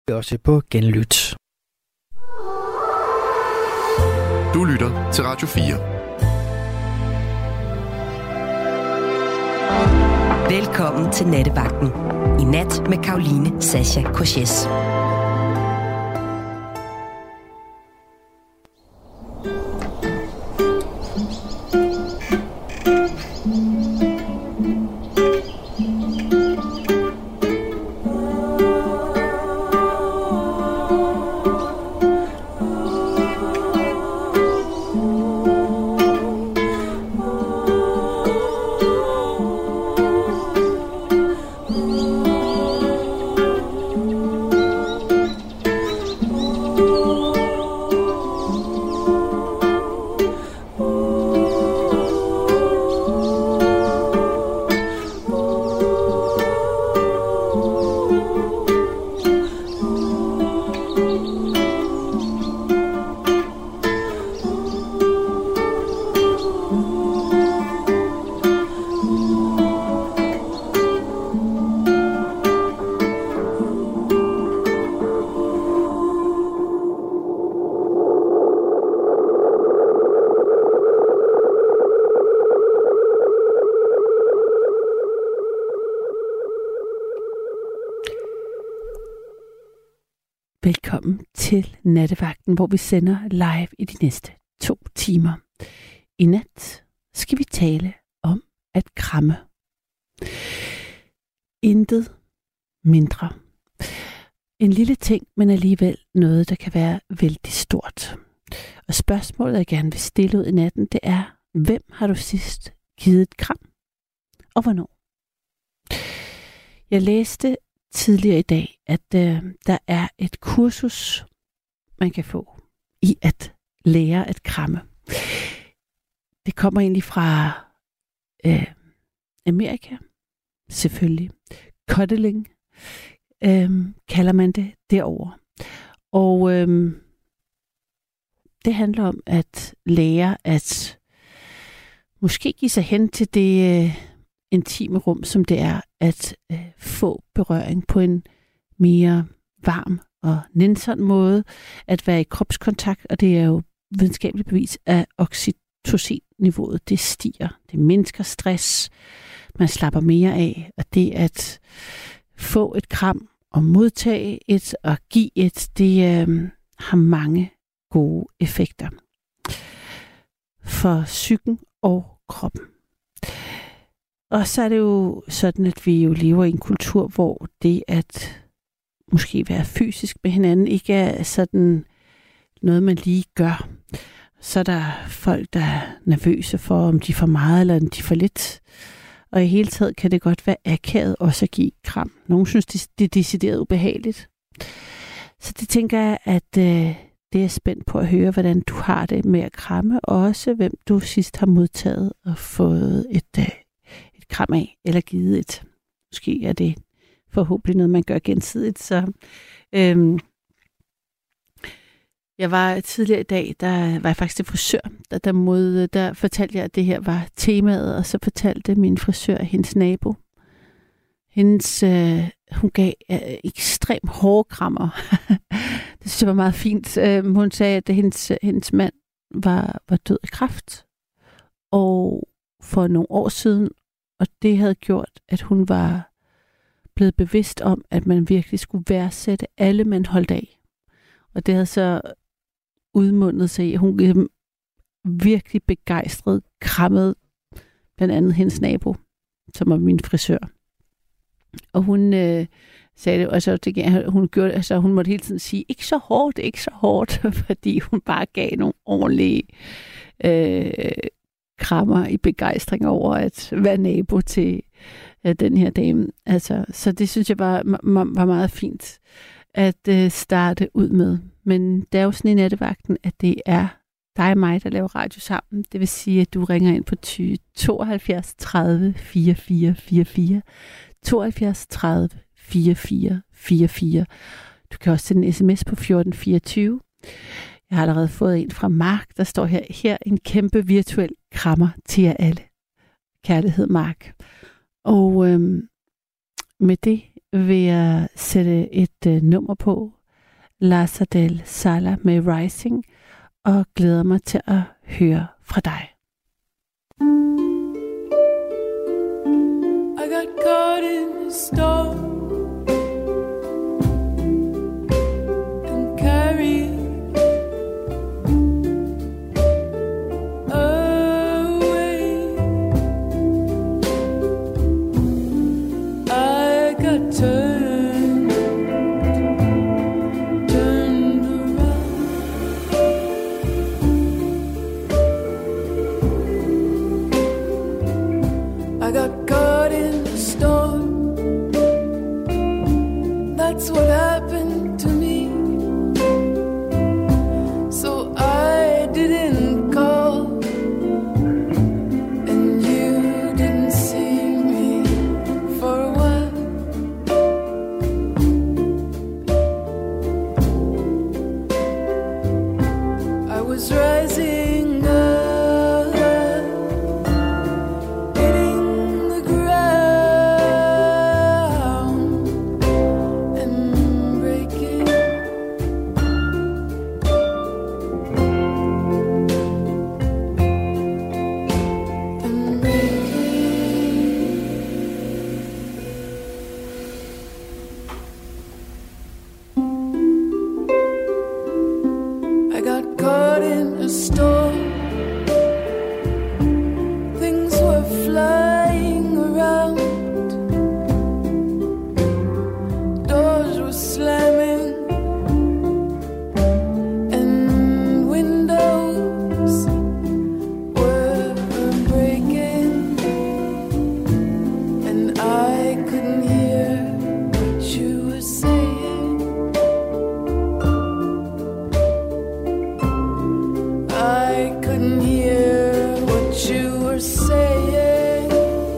Også på Genlyt. Du lytter til Radio 4. Velkommen til Nattevagten. I nat med Karoline Sascha Korches. Velkommen til Nattevagten, hvor vi sender live i de næste 2 timer. I nat skal vi tale om at kramme. Intet mindre. En lille ting, men alligevel noget, der kan være vældig stort. Og spørgsmålet, jeg gerne vil stille ud i natten, det er, hvem har du sidst givet et kram? Og hvornår? Jeg læste tidligere i dag, at der er et kursus, man kan få i at lære at kramme. Det kommer egentlig fra Amerika, selvfølgelig. Cuddling kalder man det derovre. Og det handler om at lære at måske give sig hen til det intime rum, som det er at få berøring på en mere varm og nænsom måde, at være i kropskontakt, og det er jo videnskabeligt bevis, at oxytocin-niveauet, det stiger. Det mindsker stress, man slapper mere af, og det at få et kram og modtage et og give et, det har mange gode effekter for psyken og kroppen. Og så er det jo sådan, at vi jo lever i en kultur, hvor det at måske være fysisk med hinanden ikke er sådan noget, man lige gør. Så er der folk, der er nervøse for, om de får meget eller om de får lidt. Og i hele taget kan det godt være akavet også at give kram. Nogle synes, det er decideret ubehageligt. Så det tænker jeg, at det er spændt på at høre, hvordan du har det med at kramme, og også hvem du sidst har modtaget og fået et kram af, eller givet et. Måske er det forhåbentlig noget, man gør gensidigt. Så jeg var tidligere i dag, der var jeg faktisk til frisør, der fortalte jeg, at det her var temaet, og så fortalte min frisør hendes nabo. Hun gav ekstremt hårde krammer. Det synes jeg var meget fint. Hun sagde, at hendes mand var død af kræft, og for nogle år siden, og det havde gjort, at hun var blevet bevidst om, at man virkelig skulle værdsætte alle, man holdt af. Og det havde så udmundet sig i, at hun virkelig begejstret krammede blandt andet hendes nabo, som var min frisør. Og hun sagde det, og så hun måtte hele tiden sige, ikke så hårdt, fordi hun bare gav nogle ordentlige krammer i begejstring over at være nabo til den her dame. Altså, så det synes jeg var meget fint at starte ud med. Men det er jo sådan i nattevagten, at det er dig og mig, der laver radio sammen. Det vil sige, at du ringer ind på 72 30 44 44, 72 30 44 44. Du kan også sende en sms på 1424. Jeg har allerede fået en fra Mark, der står her en kæmpe virtuel krammer til jer alle. Kærlighed, Mark. Og med det vil jeg sætte et nummer på, Larsa del Sala med Rising, og glæder mig til at høre fra dig. I got caught in a storm and carried away. I got turned around. I got caught in the storm. That's what happened to me. So I didn't call, and you didn't see me for a while. I was rising up, hitting the ground and breaking. And I got caught in a storm. Things were flying around. Doors were slamming and windows were breaking, and I couldn't hear what you were saying. I couldn't hear what you were saying.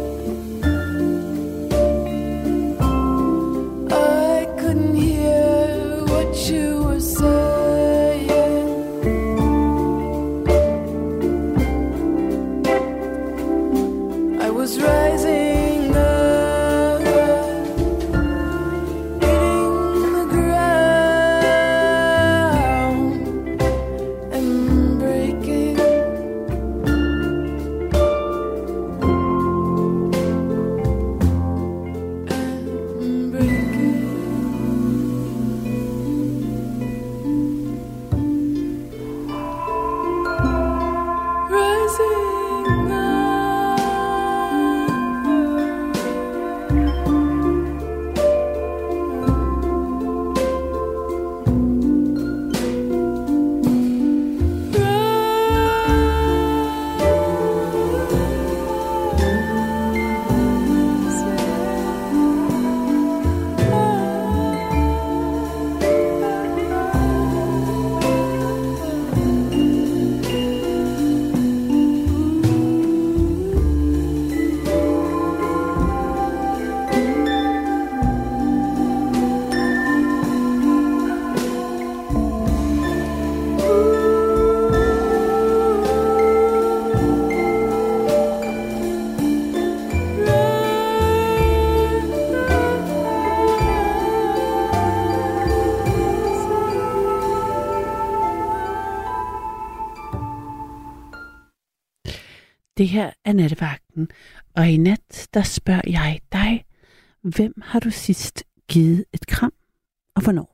I couldn't hear what you were saying. I was rising up, hitting the ground and breaking. And breaking. Rising up. Det her er Nattevagten, og i nat, der spørger jeg dig, hvem har du sidst givet et kram, og hvornår?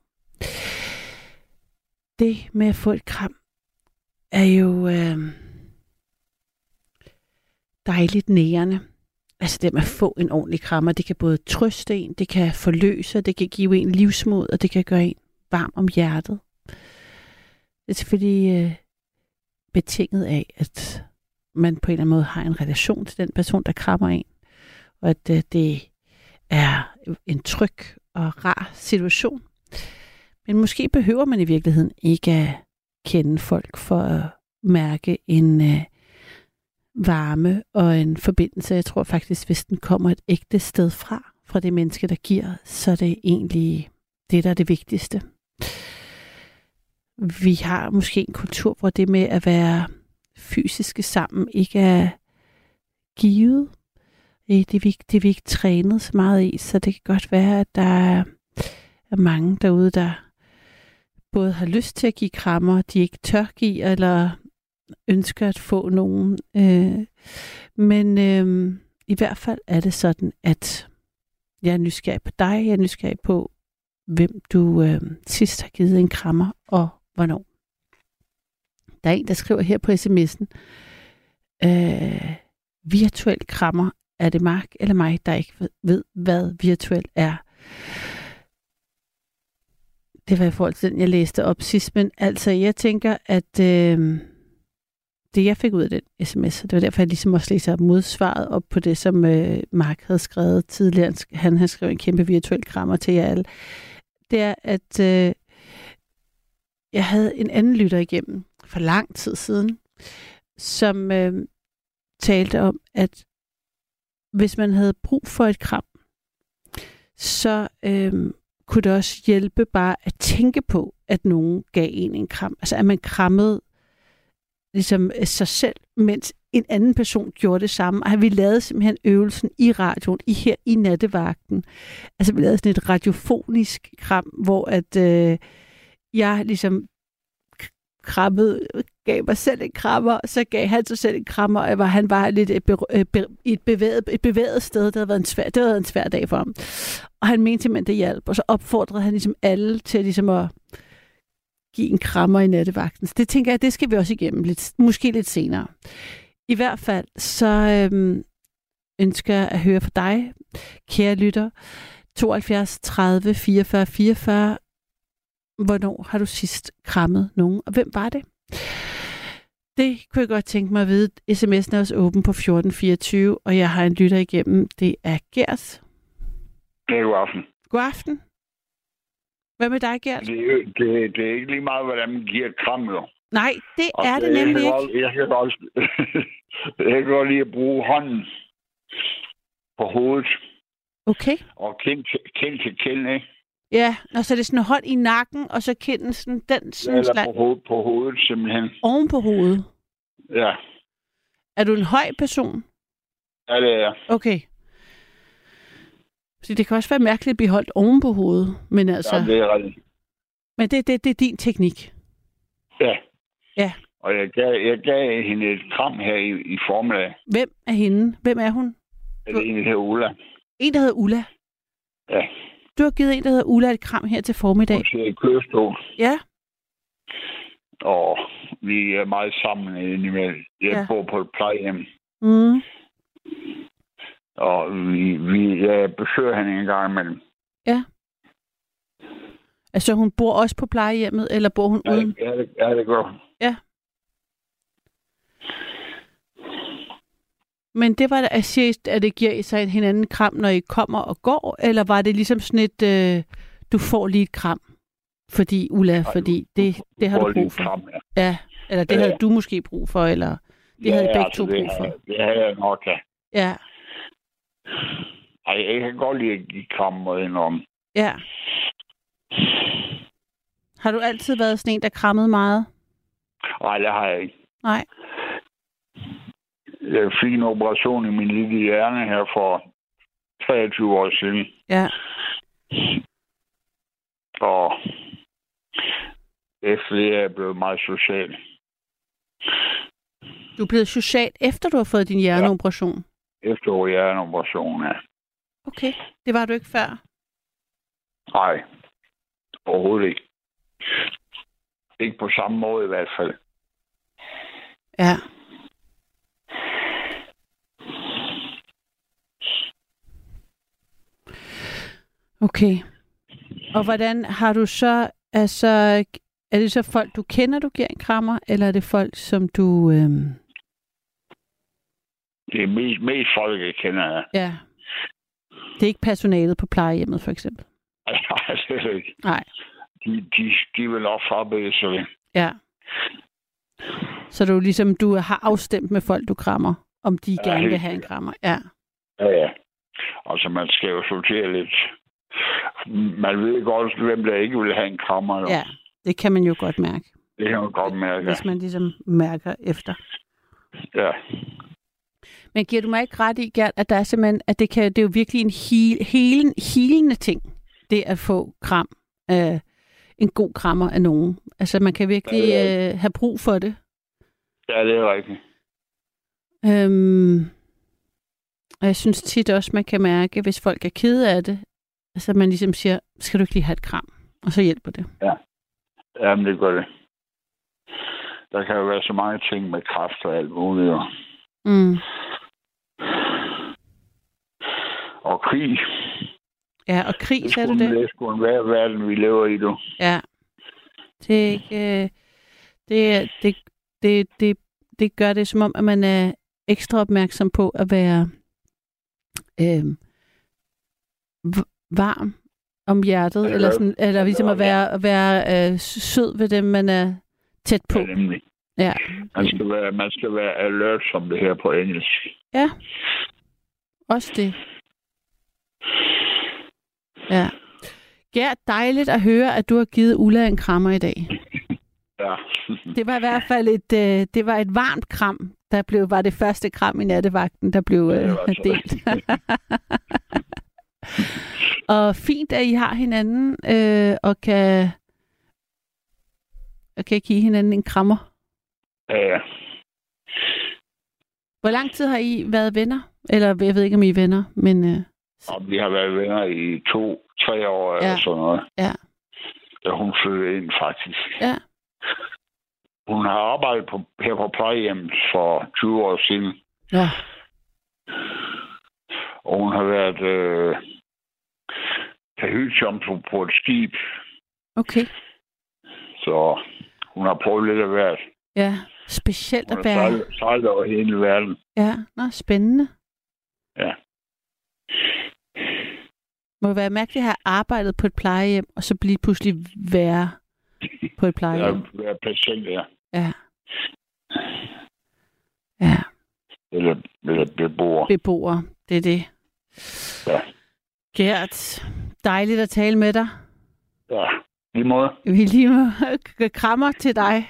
Det med at få et kram er jo dejligt nærende. Altså det med at få en ordentlig krammer, det kan både trøste en, det kan forløse, det kan give en livsmod, og det kan gøre en varm om hjertet. Det er selvfølgelig betinget af, at man på en eller anden måde har en relation til den person, der krammer en, og at det er en tryg og rar situation. Men måske behøver man i virkeligheden ikke at kende folk for at mærke en varme og en forbindelse. Jeg tror faktisk, hvis den kommer et ægte sted fra det menneske, der giver, så er det egentlig det, der er det vigtigste. Vi har måske en kultur, hvor det med at være fysiske sammen ikke er givet. Det er vi ikke trænet så meget i, så det kan godt være, at der er mange derude, der både har lyst til at give krammer, de ikke tør give, eller ønsker at få nogen. Men i hvert fald er det sådan, at jeg er nysgerrig på dig, jeg er nysgerrig på, hvem du sidst har givet en krammer, og hvornår. Der er en, der skriver her på sms'en, virtuel krammer, er det Mark eller mig, der ikke ved, hvad virtuel er? Det var i forhold til den, jeg læste op sidst, men altså, jeg tænker, at det, jeg fik ud af den sms, det var derfor, jeg ligesom også læser modsvaret op på det, som Mark havde skrevet tidligere. Han havde skrevet en kæmpe virtuel krammer til jer alle. Det er, at jeg havde en anden lytter igennem for lang tid siden, som talte om, at hvis man havde brug for et kram, så kunne det også hjælpe bare at tænke på, at nogen gav en kram. Altså, at man krammede ligesom sig selv, mens en anden person gjorde det samme. Og vi lavede simpelthen øvelsen i radioen, her i nattevagten. Altså, vi lavede sådan et radiofonisk kram, hvor at jeg ligesom gav mig selv en krammer, så gav han sig selv en krammer, og han var lidt i et bevæget sted. Det havde været en svær dag for ham. Og han mente simpelthen, det hjalp, og så opfordrede han ligesom alle til ligesom at give en krammer i nattevagten. Så det tænker jeg, det skal vi også igennem, måske lidt senere. I hvert fald, så ønsker jeg at høre fra dig, kære lytter, 72 30 44 44. Hvornår har du sidst krammet nogen, og hvem var det? Det kunne jeg godt tænke mig at vide. SMS'en er også åben på 1424, og jeg har en lytter igennem. Det er Gert. Det er god aften. God aften. Hvad med dig, Gert? Det er ikke lige meget, hvordan man giver et kram, jo. Nej, det er det nemlig ikke. Jeg kan godt lide at bruge hånden på hovedet. Okay. Og kind til kind, ikke? Ja, og så er det sådan en hånd i nakken, og så kinden sådan den sådan eller på hovedet, simpelthen. Oven på hovedet? Ja. Er du en høj person? Ja, det er jeg. Okay. Så det kan også være mærkeligt at blive holdt oven på hovedet, men altså... Ja, det er rigtigt. Men det er din teknik? Ja. Ja. Og jeg gav hende et kram her i formiddag. Hvem er hende? Hvem er hun? Det er en, der hedder Ulla. En, der hedder Ulla? Ja. Du har givet en, der hedder Ulla, et kram her til formiddag. Hun sidder i kørestol. Ja. Og vi er meget sammen indimellem. Jeg bor på et plejehjem. Mm. Og jeg besøger hende en gang imellem. Ja. Altså, hun bor også på plejehjemmet, eller bor hun uden? Ja, det gør hun. Ja. Men det var da at sige, at det giver sig hinanden kram, når I kommer og går, eller var det ligesom sådan et, du får lige et kram, fordi Ulla, fordi det har du brug for? Kram, ja, eller det havde du måske brug for, eller det havde begge to brug for? Det havde jeg nok, ja. Ja. Ej, jeg kan godt lide at give kram og indrømme. Ja. Har du altid været sådan en, der krammede meget? Nej, det har jeg ikke. Nej. Jeg fik en operation i min lille hjerne her for 23 år siden. Ja. Og efter det er jeg blevet meget social. Du er blevet social, efter du har fået din hjerneoperation? Ja. Efter hjerneoperationen, ja. Okay, det var du ikke før? Nej, overhovedet ikke. Ikke på samme måde i hvert fald. Ja. Okay. Og hvordan har du så, altså, er det så folk, du kender, du giver en krammer, eller er det folk, som du... Det er mest folk, jeg kender. Ja. Det er ikke personalet på plejehjemmet, for eksempel? Nej, det er ikke. Nej. De vil også forberede sig. Ja. Så du ligesom, du har afstemt med folk, du krammer, om de gerne vil have en krammer. Ja. Ja. Altså, man skal jo sortere lidt. Man ved godt, hvem der ikke vil have en krammer. Jo. Ja, det kan man jo godt mærke. Det kan man godt mærke. Hvis man ligesom mærker efter. Ja. Men giver du mig ikke ret i, Gert, at der er simpelthen, at det er jo virkelig en helende ting, det at få kram, en god krammer af nogen. Altså, man kan virkelig have brug for det. Ja, det er rigtigt. Og jeg synes tit også, man kan mærke, hvis folk er kede af det, altså man ligesom siger, skal du ikke lige have et kram? Og så hjælper det. Ja. Jamen, det gør det. Der kan jo være så mange ting med kræft og alt muligt. Jo. Mm. Og krig. Ja, og krig, sagde du det? Det er sgu en verden, vi lever i, du. Ja. Det er ikke... Det gør det som om, at man er ekstra opmærksom på at være varm om hjertet, eller ligesom at være sød ved dem, man er tæt på. Ja, nemlig. Ja. Man skal være alert, som det her på engelsk. Ja. Også det. Ja. Gert, dejligt at høre, at du har givet Ulla en krammer i dag. Ja. Det var i hvert fald et varmt kram. Var det første kram i nattevagten, der blev delt. Og fint, at I har hinanden og kan give hinanden en krammer. Ja. Hvor lang tid har I været venner? Eller jeg ved ikke, om I er venner, men... Vi har været venner i 2-3 år eller sådan noget. Ja. Da hun flyttede ind, faktisk. Ja. Hun har arbejdet her på plejehjemmet for 20 år siden. Ja. Og hun har været kahytjomfru på et skib. Okay. Så hun har prøvet lidt af hvert. Ja, specielt at være... Hun har sejlet over hele verden. Ja, spændende. Ja. Må være mærkeligt at have arbejdet på et plejehjem, og så blive pludselig være på et plejehjem. Ja, være patient, ja. Ja. Ja. Eller beboer. Beboer, det er det. Ja. Gert, dejligt at tale med dig. Ja, lige måde. Vi lige må krammer til dig.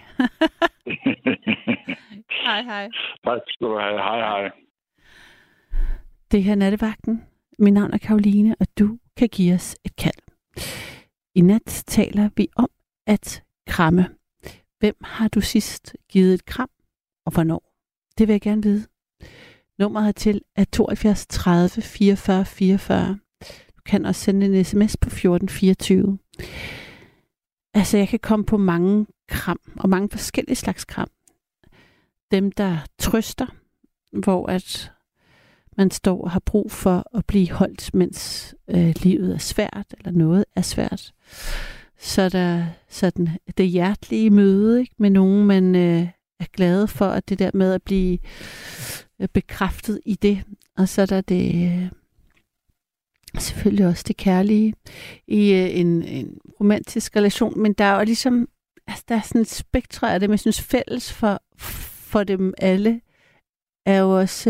Hej. Tak skal du have. Hej. Det her er Nattevagten. Mit navn er Karoline, og du kan give os et kald. I nat taler vi om at kramme. Hvem har du sidst givet et kram, og hvornår? Det vil jeg gerne vide. Nummeret hertil er 72 30 44 44. Du kan også sende en sms på 1424. Altså, jeg kan komme på mange kram, og mange forskellige slags kram. Dem, der trøster, hvor at man står og har brug for at blive holdt, mens livet er svært, eller noget er svært. Så er der sådan det hjertelige møde, ikke, med nogen, man er glad for, at det der med at blive bekræftet i det. Og så er der det selvfølgelig også det kærlige i en romantisk relation. Men der er jo ligesom, altså der er sådan et spektre af det, men jeg synes fælles for dem alle er jo også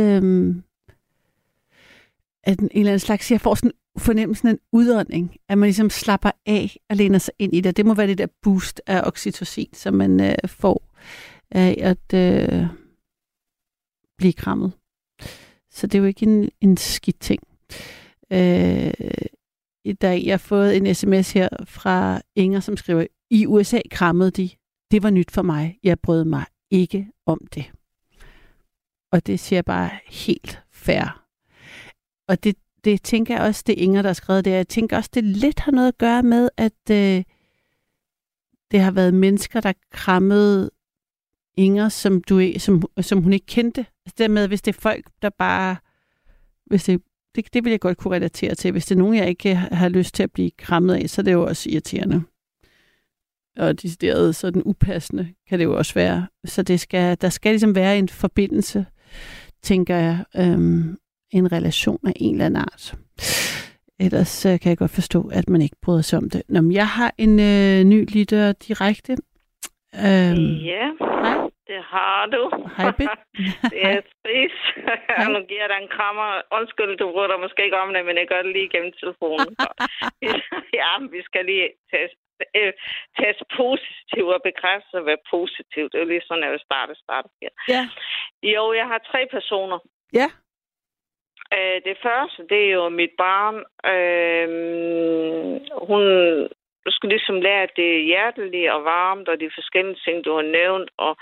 at en eller anden slags, jeg får sådan fornemmelsen af en udånding, at man ligesom slapper af og læner sig ind i det. Det må være det der boost af oxytocin, som man får af at blive krammet. Så det er jo ikke en skidt ting. Jeg har fået en sms her fra Inger, som skriver, i USA krammede de. Det var nyt for mig. Jeg brød mig ikke om det. Og det siger jeg bare helt fair. Og det tænker jeg også, det Inger, der har skrevet det. Jeg tænker også, det lidt har noget at gøre med, at det har været mennesker, der krammede Inger, som hun ikke kendte. Altså dermed, hvis det er folk, der bare... Det vil jeg godt kunne relatere til. Hvis det er nogen, jeg ikke har lyst til at blive krammet af, så er det jo også irriterende. Og decideret sådan upassende kan det jo også være. Så der skal ligesom være en forbindelse, tænker jeg, en relation af en eller anden art. Ellers kan jeg godt forstå, at man ikke bryder sig om det. Nå, men jeg har en ny lytter direkte. Ja, hej. Det har du. Hej, det er Tris. Nu giver jeg dig en krammer. Undskyld, du bryder dig måske ikke om det, men jeg gør det lige gennem telefonen. Ja, vi skal lige teste positivt og bekræfte at være positivt. Det er jo lige sådan, at jeg starter her. Ja. Jo, jeg har 3 personer. Ja. Det første, det er jo mit barn. Hun skal ligesom lære, at det er hjerteligt og varmt, og de forskellige ting, du har nævnt. Og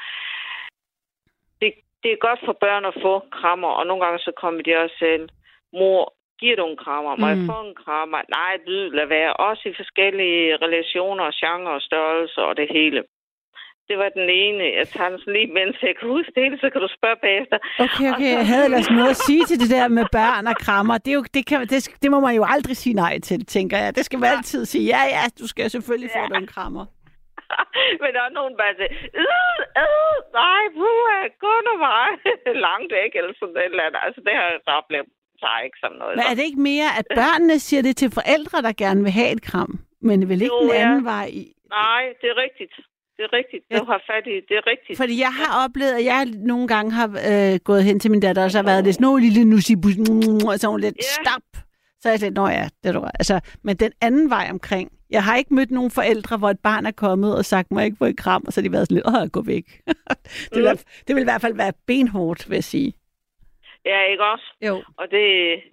det er godt for børn at få krammer, og nogle gange så kommer de også selv. Mor, giver du en krammer? Må jeg få en krammer? Nej, lad være. Også i forskellige relationer, genre og størrelser og det hele. Det var den ene. Jeg tager den sådan lige, mens jeg kan huske det hele, så kan du spørge bagefter. Okay. Jeg havde ellers noget at sige til det der med børn og krammer. Det må man jo aldrig sige nej til, tænker jeg. Det skal man altid sige, ja, du skal selvfølgelig få en krammer. Men der er nogen, der bare siger, nej, gå nu bare langt væk, eller sådan et eller andet. Altså, det har jeg så oplevet. Ikke sådan noget. Men er det ikke mere, at børnene siger det til forældre, der gerne vil have et kram, men vel ikke den anden vej i? Nej, det er rigtigt. Det er rigtigt. Du har fat i. Det er rigtigt. Fordi jeg har oplevet, at jeg nogle gange har gået hen til min datter, og så har været lidt sådan lille nussibus, og så lidt stop. Så er jeg lidt, det er du. Altså, men den anden vej omkring. Jeg har ikke mødt nogen forældre, hvor et barn er kommet og sagt, må jeg ikke få et kram, og så har de været sådan lidt, gå væk. Det vil i hvert fald være benhårdt, vil jeg sige. Ja, ikke også? Jo. Og det,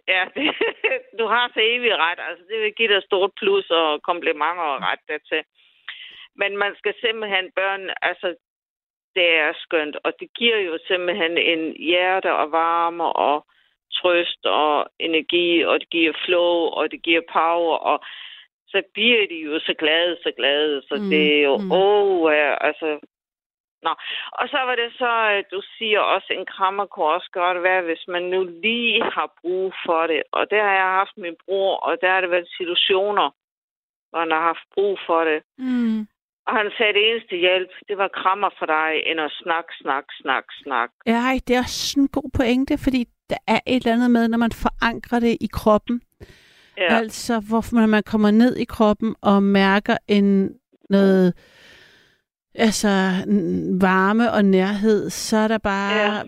du har så evig ret. Altså, det vil give dig stort plus og komplimenter og ret dertil. Men man skal simpelthen børn, altså, det er skønt. Og det giver jo simpelthen en hjerte og varme og trøst og energi, og det giver flow, og det giver power, og så bliver de jo så glade. Så det er jo, altså... Nå, og så var det så, du siger også, en krammer kunne også godt være, hvis man nu lige har brug for det. Og der har jeg haft min bror, og der har det været situationer, hvor han har haft brug for det. Og han sagde, det eneste hjælp, det var krammer for dig, end at snak. Ja, det er også sådan en god pointe, fordi der er et eller andet med, når man forankrer det i kroppen. Ja. Altså, hvor man kommer ned i kroppen og mærker noget... Altså, varme og nærhed, så er der bare,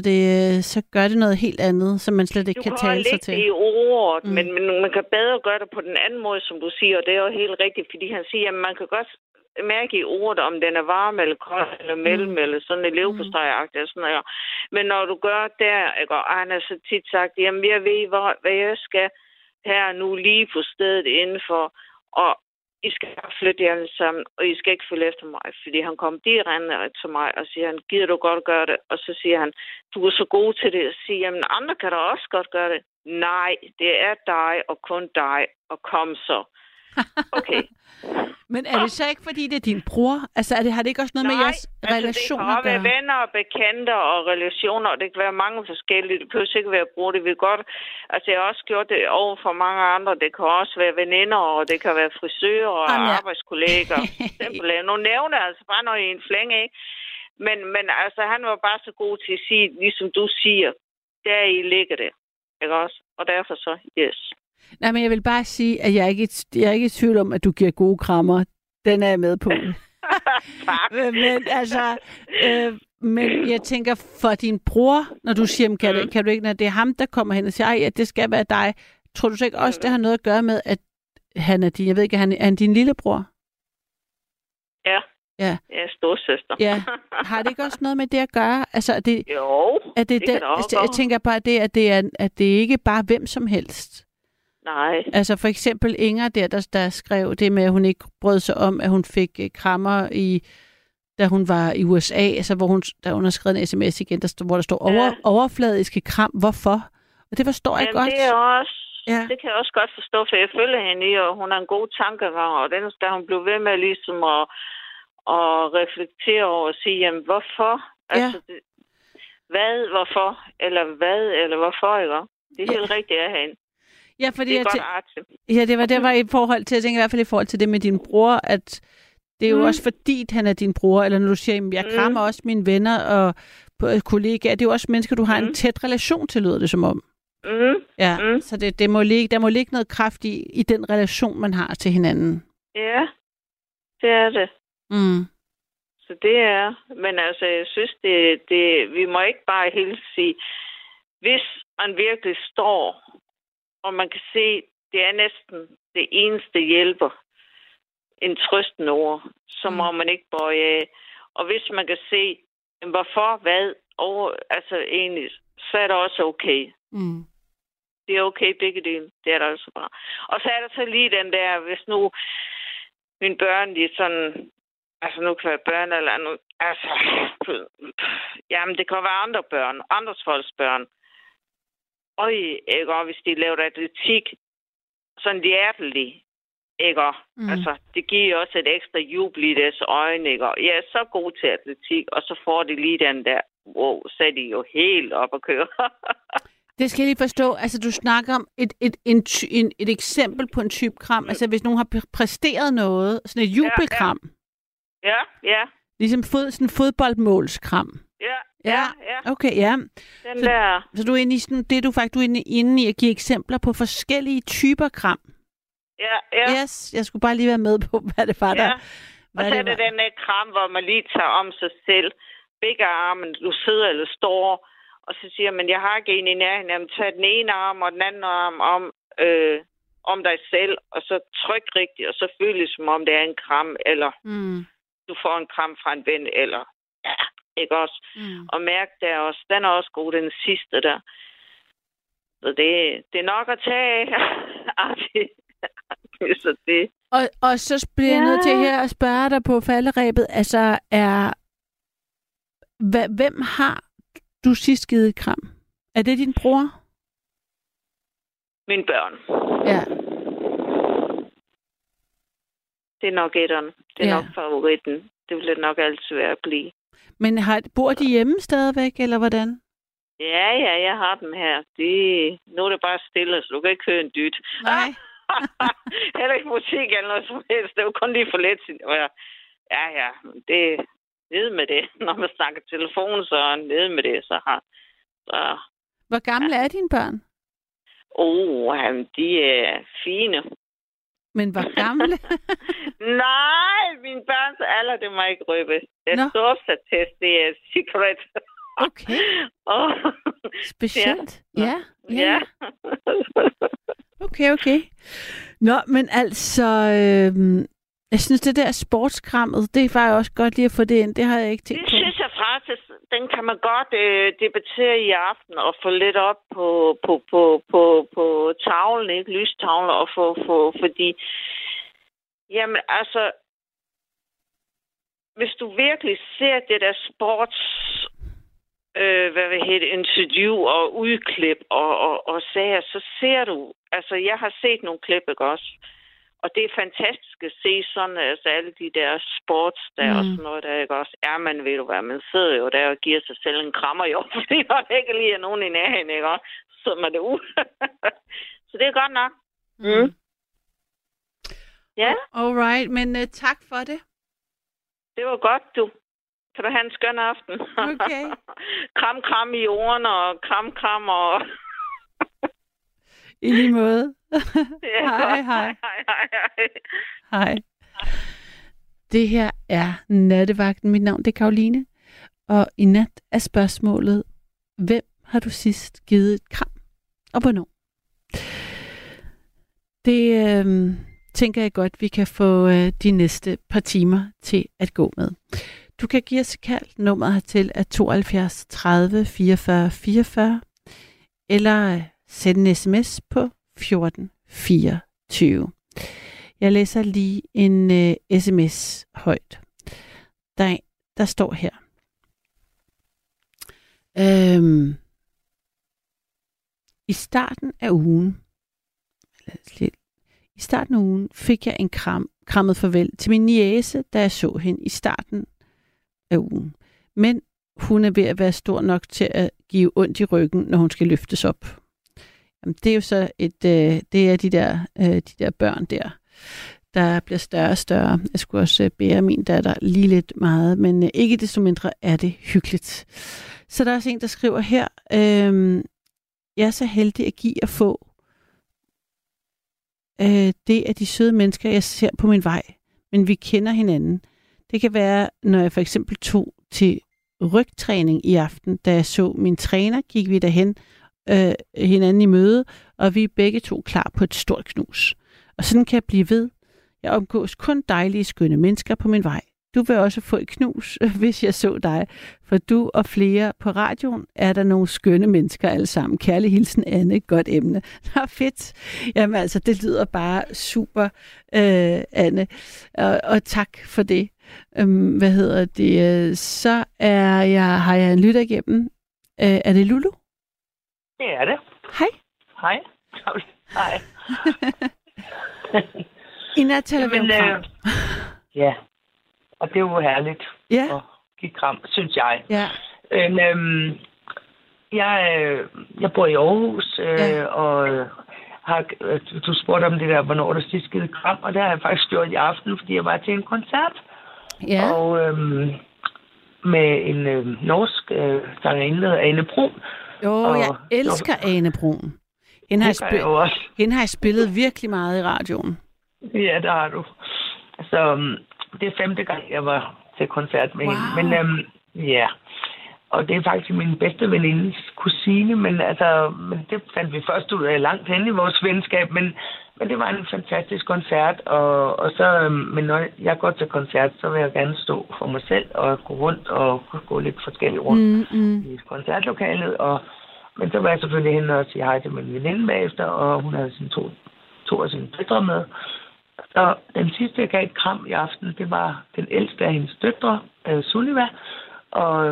så gør det noget helt andet, som man slet ikke kan tale sig til. Du kan i ordet, men man kan bedre gøre det på den anden måde, som du siger, og det er jo helt rigtigt, fordi han siger, at man kan godt mærke i ordet, om den er varm eller kold eller mellem, eller sådan en leverpostejagtig og sådan noget. Men når du gør der, og han har så tit sagt, jamen jeg ved, hvad jeg skal her nu lige på stedet indenfor, og I skal flytte jer alle sammen, og I skal ikke følge efter mig, fordi han kom direkte til mig og siger, han, gider du godt gøre det? Og så siger han, du er så god til det, og siger, jamen andre kan da også godt gøre det. Nej, det er dig og kun dig, og kom så. Okay. Men er det så ikke, fordi det er din bror? Altså, har det ikke også noget med jeres relationer? Nej, det kan være venner og bekendte og relationer, og det kan være mange forskellige. Det behøver ikke være bror, det vil godt. Altså, jeg har også gjort det over for mange andre. Det kan også være veninder, og det kan være frisører og arbejdskolleger. Simpelthen. Nu nævner jeg altså bare noget i en flænge, ikke? Men altså, han var bare så god til at sige, ligesom du siger, der I ligger det. Ikke også? Og derfor så, yes. Nej, men jeg vil bare sige, at jeg er ikke i tvivl om, at du giver gode krammer. Den er jeg med på. Men altså, men jeg tænker, for din bror, når du siger, kan du ikke, når det er ham, der kommer hen og siger, ja, det skal være dig. Tror du så ikke også, det har noget at gøre med, at han er din, jeg ved ikke, er han din lillebror? Ja. Ja, storsøster. Ja. Har det ikke også noget med det at gøre? Altså, jo, det kan det også. Jeg tænker bare, at det ikke bare hvem som helst. Nej. Altså for eksempel Inger der skrev det med, at hun ikke brød sig om, at hun fik krammer da hun var i USA, altså da hun har skrevet en sms igen, hvor der står overfladiske kram. Hvorfor? Og det forstår jeg godt. Det kan jeg også godt forstå, for jeg følger hende i, og hun har en god tankegang, og den skal hun blive ved med ligesom at reflektere over og sige, jamen hvorfor? Altså, hvorfor? Eller hvorfor, ikke? Det er helt rigtigt af hende. Ja, fordi det var i forhold til, jeg tænker i hvert fald i forhold til det med din bror, at det er jo også fordi, han er din bror, eller når du siger, jeg krammer også mine venner og kollegaer, det er jo også mennesker, du har en tæt relation til, lyder det som om. Så der må ligge noget kraft i den relation, man har til hinanden. Ja, det er det. Så det er, men altså, jeg synes, vi må ikke bare helt sige, hvis man virkelig står, og man kan se, det er næsten det eneste hjælper, en trøstende ord, så må man ikke bøje af. Og hvis man kan se, hvorfor, hvad, og, altså egentlig, så er det også okay. Det er okay, begge dele. Det er der altså bare. Og så er der så lige den der, hvis nu mine børn, de er sådan, altså nu kan være børn eller andet, altså, jamen det kan være andre børn, andres folks børn. Og ikke, og hvis de laver atletik, sådan hjerteligt, ikke? Altså, det giver også et ekstra jubel i deres øjne, ikke? Jeg er så god til atletik, og så får de lige den der, wow, så er de jo helt op at køre. Det skal jeg lige forstå. Altså, du snakker om et eksempel på en type kram. Altså, hvis nogen har præsteret noget, sådan et jubelkram. Ja. Ligesom sådan en fodboldmålskram. Ja. Okay, ja. Så du er inde i sådan, du er inde i at give eksempler på forskellige typer kram. Ja. Yes, jeg skulle bare lige være med på, hvad det var der. Og så er det den der kram, hvor man lige tager om sig selv. Begge armen, du sidder eller står, og så siger man, jeg har ikke en i nærheden. Jamen, tag den ene arm og den anden arm om dig selv, og så tryk rigtigt, og så føles det, som om det er en kram, eller du får en kram fra en ven, eller ikke også? Og mærk der også, den er også god, den sidste der. Så det er nok at tage så det. Og så bliver jeg nødt til her at spørge dig på falderebet, altså hvem har du sidst givet et kram? Er det din bror? Mine børn. Ja. Det er nok etteren. Det er nok favoritten. Det vil det nok altid være at blive. Men bor de hjemme stadigvæk, eller hvordan? Ja, jeg har dem her. Nu er det bare stille, så du kan ikke høre en dyt. Nej. Heller ikke musik eller noget som helst. Det er jo kun lige for let. Ja, det ned med det. Når man snakker telefon, så ned med det. Så. Hvor gamle er dine børn? De er fine. Men hvor gamle? Nej, mine børns alder, det må jeg ikke røbe. Det er ståstest, det er secret. Okay. Specielt. Ja. Okay. Nå, men altså, jeg synes, det der sportskrammet, det var jeg også godt lige at få det ind. Det har jeg ikke tænkt på. Det synes jeg faktisk, den kan man godt debattere i aften og få lidt op på tavlen, ikke? Lystavlen, og fordi, jamen altså, hvis du virkelig ser det der sports, interview og udklip og sager, så ser du, altså jeg har set nogle klip, ikke også? Og det er fantastisk at se sådan, altså alle de der sports der og sådan noget der, ikke også? Ja, man ved du hvad, man sidder jo der og giver sig selv en krammer jo, fordi når det ikke lige er nogen i nærheden, ikke også? Så sidder man det ud. Så det er godt nok. Ja. Alright, men tak for det. Det var godt, du. Kan du have en skøn aften? Okay. Kram i jorden og kram og... I lige måde. Hej. Hej. Det her er Nattevagten. Mit navn det er Karoline. Og i nat er spørgsmålet, hvem har du sidst givet et kram? Og hvornår? Det tænker jeg godt, vi kan få de næste par timer til at gå med. Du kan give os et kald. Nummeret hertil er 72 30 44 44. Eller send en sms på 14 24. Jeg læser lige en sms højt. Der står her. I starten af ugen fik jeg en krammet farvel til min niece, da jeg så hende i starten af ugen. Men hun er ved at være stor nok til at give ondt i ryggen, når hun skal løftes op. Jamen, det er jo så det er de der børn der bliver større og større. Jeg skulle også bære min datter lige lidt meget, men ikke desto mindre er det hyggeligt. Så der er også en, der skriver her, jeg er så heldig at give og få. Det er de søde mennesker, jeg ser på min vej, men vi kender hinanden. Det kan være, når jeg for eksempel tog til rygtræning i aften, da jeg så min træner, gik vi derhen hinanden i møde, og vi er begge to klar på et stort knus. Og sådan kan jeg blive ved. Jeg omgås kun dejlige, skønne mennesker på min vej. Du vil også få et knus, hvis jeg så dig. For du og flere på radioen er der nogle skønne mennesker alle sammen. Kærlig hilsen, Anne. Godt emne. Nå, fedt. Jamen altså, det lyder bare super, Anne. Og tak for det. Hvad hedder det? Så har jeg en lytter igennem. Er det Lulu? Det er det. Hej. Hej. Hej. I nat taler vi om kram. Ja, og det er jo herligt at give kram, synes jeg. Ja. Jeg bor i Aarhus, og du spurgte om det der, hvornår der sidst givet kram, og det har jeg faktisk gjort i aften, fordi jeg var til en koncert. Ja. Og med en norsk sangerinde, der hedder Ane Brun. Jeg elsker Ane Brun. Hende har jeg spillet virkelig meget i radioen. Ja, der har du. Altså, det er 5. gang, jeg var til koncert med hende. Men ja, og det er faktisk min bedste venindes kusine, men det fandt vi først ud af langt hen i vores venskab, men det var en fantastisk koncert, og så, men når jeg går til koncert, så vil jeg gerne stå for mig selv og gå rundt og gå lidt forskelligt rundt i koncertlokalet, men så var jeg selvfølgelig henne og sige hej til min veninde bagefter, og hun havde sine to af sine døtre med. Så den sidste, jeg gav et kram i aften, det var den ældste af hendes døtre, Sunniva. Og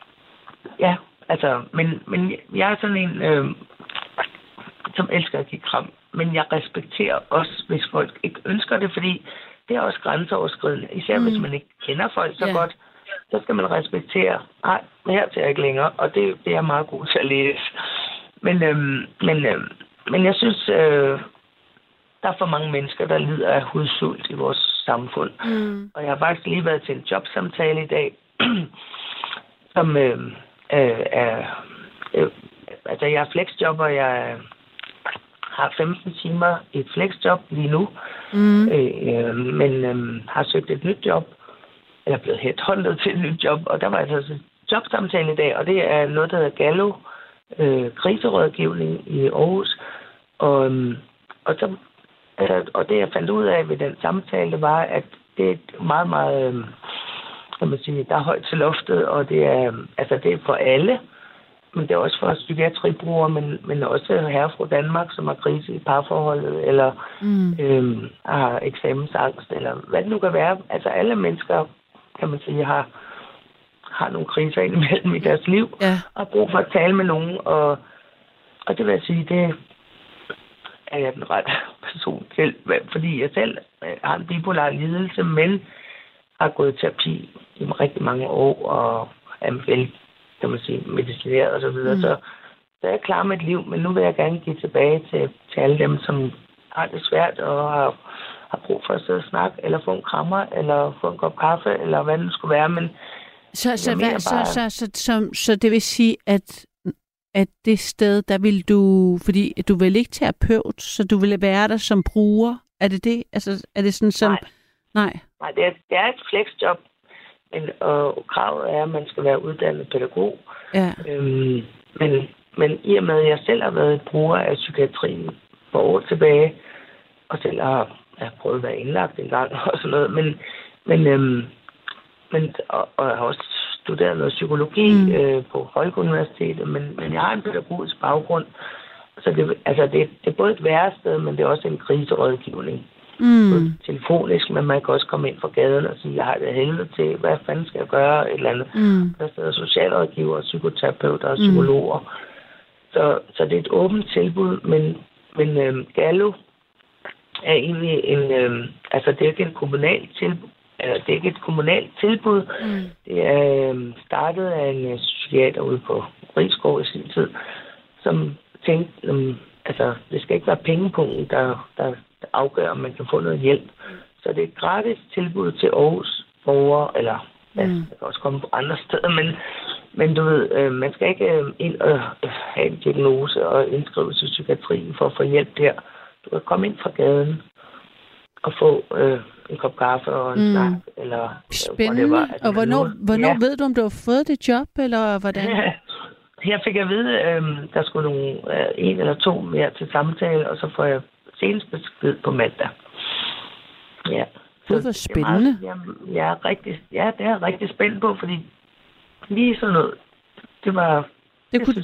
men jeg er sådan en, som elsker at give kram. Men jeg respekterer også, hvis folk ikke ønsker det, fordi det er også grænseoverskridende. Især hvis man ikke kender folk så godt, så skal man respektere, nej, her til jeg ikke længere, og det er jeg meget god til at læse. Men jeg synes, der er for mange mennesker, der lider af hudsult i vores samfund. Og jeg har faktisk lige været til en jobsamtale i dag, som jeg er flexjobber, jeg har 15 timer i et flexjob lige nu, men har søgt et nyt job, eller blevet headhunted til et nyt job, og der var altså jobsamtale i dag, og det er noget, der hedder Gallo, kriserådgivning i Aarhus, og det jeg fandt ud af ved den samtale, det var, at det er meget, meget, kan man sige, der er højt til loftet, og det er for alle, men det er også for psykiatribrugere, men også herre fra Danmark, som har krise i parforholdet, eller har eksamensangst, eller hvad det nu kan være. Altså alle mennesker, kan man sige, har nogle kriser indimellem i deres liv, og har brug for at tale med nogen, og det vil jeg sige, det er jeg den rette person til, fordi jeg selv har en bipolar lidelse, men har gået i terapi i rigtig mange år, og er vel, kan man sige, medicineret og så videre. Så jeg er klar med et liv, men nu vil jeg gerne give tilbage til alle dem, som har det svært og har brug for at sidde og snakke, eller få en krammer, eller få en kop kaffe, eller hvad det skulle være. Men så det vil sige, at det sted, der vil du, fordi du vil ikke terapeut, så du vil være der som bruger. Er det det? Altså, er det sådan som... Nej, det er et flexjob, og kravet er, at man skal være uddannet pædagog. Ja. Men i og med, at jeg selv har været bruger af psykiatrien for år tilbage, og selv har prøvet at være indlagt en gang og sådan noget, og jeg har også studeret noget psykologi på Folkeuniversitetet, men jeg har en pædagogisk baggrund, så det er både et værested, men det er også en kriserådgivning. Telefonisk, men man kan også komme ind fra gaden og sige, jeg har det helvede til, hvad fanden skal jeg gøre, et eller andet. Der sidder socialrådgiver, psykoterapeuter og psykologer. Så det er et åbent tilbud, men Gallo er egentlig det er ikke en kommunal tilbud. Det er ikke et kommunalt tilbud. Det er startet af en psykiater ude på Rigskov i sin tid, som tænkte, det skal ikke være pengepunkten, der afgør, om man kan få noget hjælp. Så det er et gratis tilbud til Aarhus borgere, eller det kan også komme på andre steder, men du ved, man skal ikke ind og have en diagnose og indskrive til psykiatrien for at få hjælp der. Du kan komme ind fra gaden og få en kop kaffe og en snak, eller spændende. Og hvornår ved du, om du har fået det job, eller hvordan? Her fik jeg at vide, der skulle en eller to mere til samtale, og så får jeg senest besked på mandag. Ja. Gud, hvor spændende. Det er jeg rigtig spændt på, fordi lige sådan noget, det var... Det kunne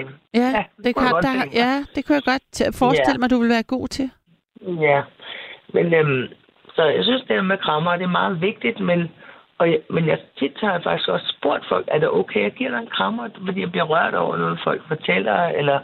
jeg godt forestille mig, du ville være god til. Ja, men så jeg synes, det med krammer, det er meget vigtigt, men jeg tit har jeg faktisk også spurgt folk, er det okay, jeg giver dig en krammer, fordi jeg bliver rørt over noget, folk fortæller, eller...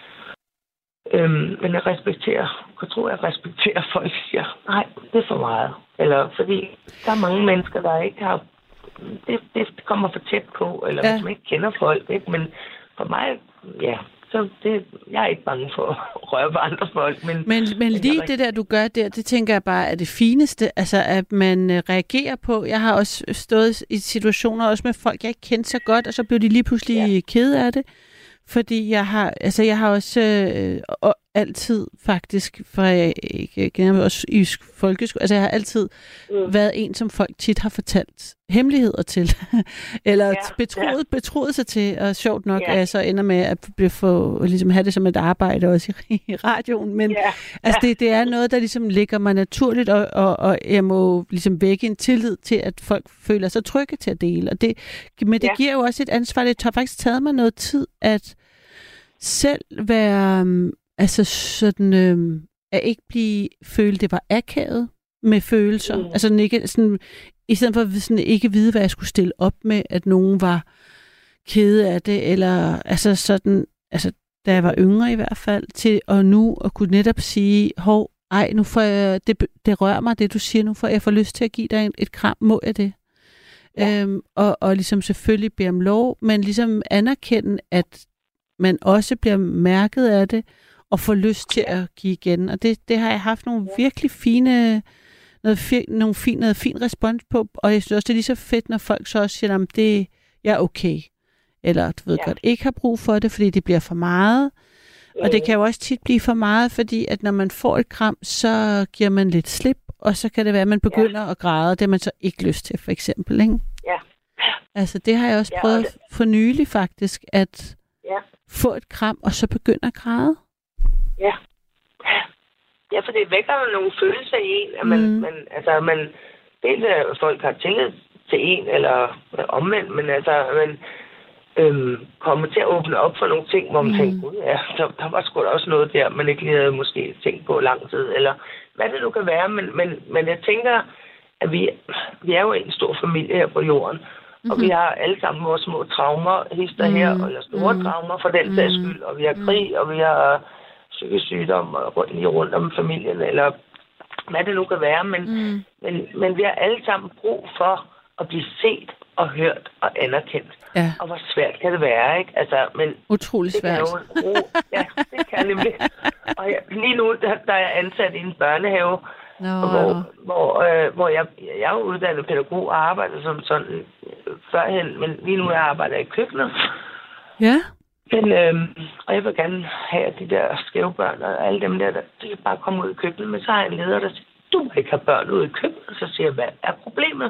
men jeg respekterer folk, siger, nej, det er for meget. Eller fordi der er mange mennesker, der ikke har... Det kommer for tæt på, eller hvis man ikke kender folk, ikke? Men for mig, så jeg er ikke bange for at røre ved andre folk. Men lige det der, du gør der, det tænker jeg bare er det fineste, altså at man reagerer på. Jeg har også stået i situationer også med folk, jeg ikke kendte så godt, og så blev de lige pludselig kede af det. Fordi jeg har også altid faktisk, for jeg kender også i folkeskole, altså jeg har altid været en, som folk tit har fortalt hemmeligheder til, eller betroet sig til, og sjovt nok, at jeg så ender med at ligesom have det som et arbejde også i radioen, men altså det er noget, der ligesom ligger mig naturligt, og jeg må ligesom vække en tillid til, at folk føler sig trygge til at dele, men det giver jo også et ansvar. Det har faktisk taget mig noget tid at selv være at ikke føle, det var akavet med følelser. Altså ikke, sådan, i stedet for sådan, ikke vide, hvad jeg skulle stille op med, at nogen var kede af det, eller da jeg var yngre i hvert fald, til og nu at kunne netop sige, nu får jeg, det rører mig, det du siger, nu får jeg lyst til at give dig et kram, må jeg det? Ja. Og ligesom selvfølgelig bede om lov, men ligesom anerkende, at man også bliver mærket af det, og får lyst til at give igen. Og det har jeg haft nogle virkelig fine, noget fin respons på, og jeg synes også, det er lige så fedt, når folk så også siger, at jeg er okay. Eller du ved godt, ikke har brug for det, fordi det bliver for meget. Og det kan jo også tit blive for meget, fordi at når man får et kram, så giver man lidt slip, og så kan det være, at man begynder at græde, det har man så ikke lyst til, for eksempel, ikke? Ja. Altså, det har jeg også prøvet for nylig faktisk, at få et kram, og så begynde at græde. Ja, for det vækker nogle følelser i en, at man dels at folk har tillid til en, eller omvendt, men man kommer til at åbne op for nogle ting, hvor man tænker, der var sgu da også noget der, man ikke lige havde måske tænkt på lang tid, eller hvad det nu kan være, men jeg tænker, at vi er jo en stor familie her på jorden, og vi har alle sammen vores små traumer, hister her, eller store traumer for den sags skyld, og vi har krig, og vi har psykisk sygdom rundt om familien, eller hvad det nu kan være, men vi har alle sammen brug for at blive set og hørt og anerkendt. Ja. Og hvor svært kan det være, ikke? Altså, men utrolig svært. Det kan nemlig. Og lige nu, der er jeg ansat i en børnehave, hvor jeg er uddannet pædagog og arbejder som sådan førhen, men lige nu arbejder jeg i køkkenet. Ja. Men, og jeg vil gerne have de der skæve børn, og alle dem der de kan bare komme ud i køkkenet, men så har jeg en leder, der siger, du må ikke have børn ud i køkkenet, så siger jeg, hvad er problemet?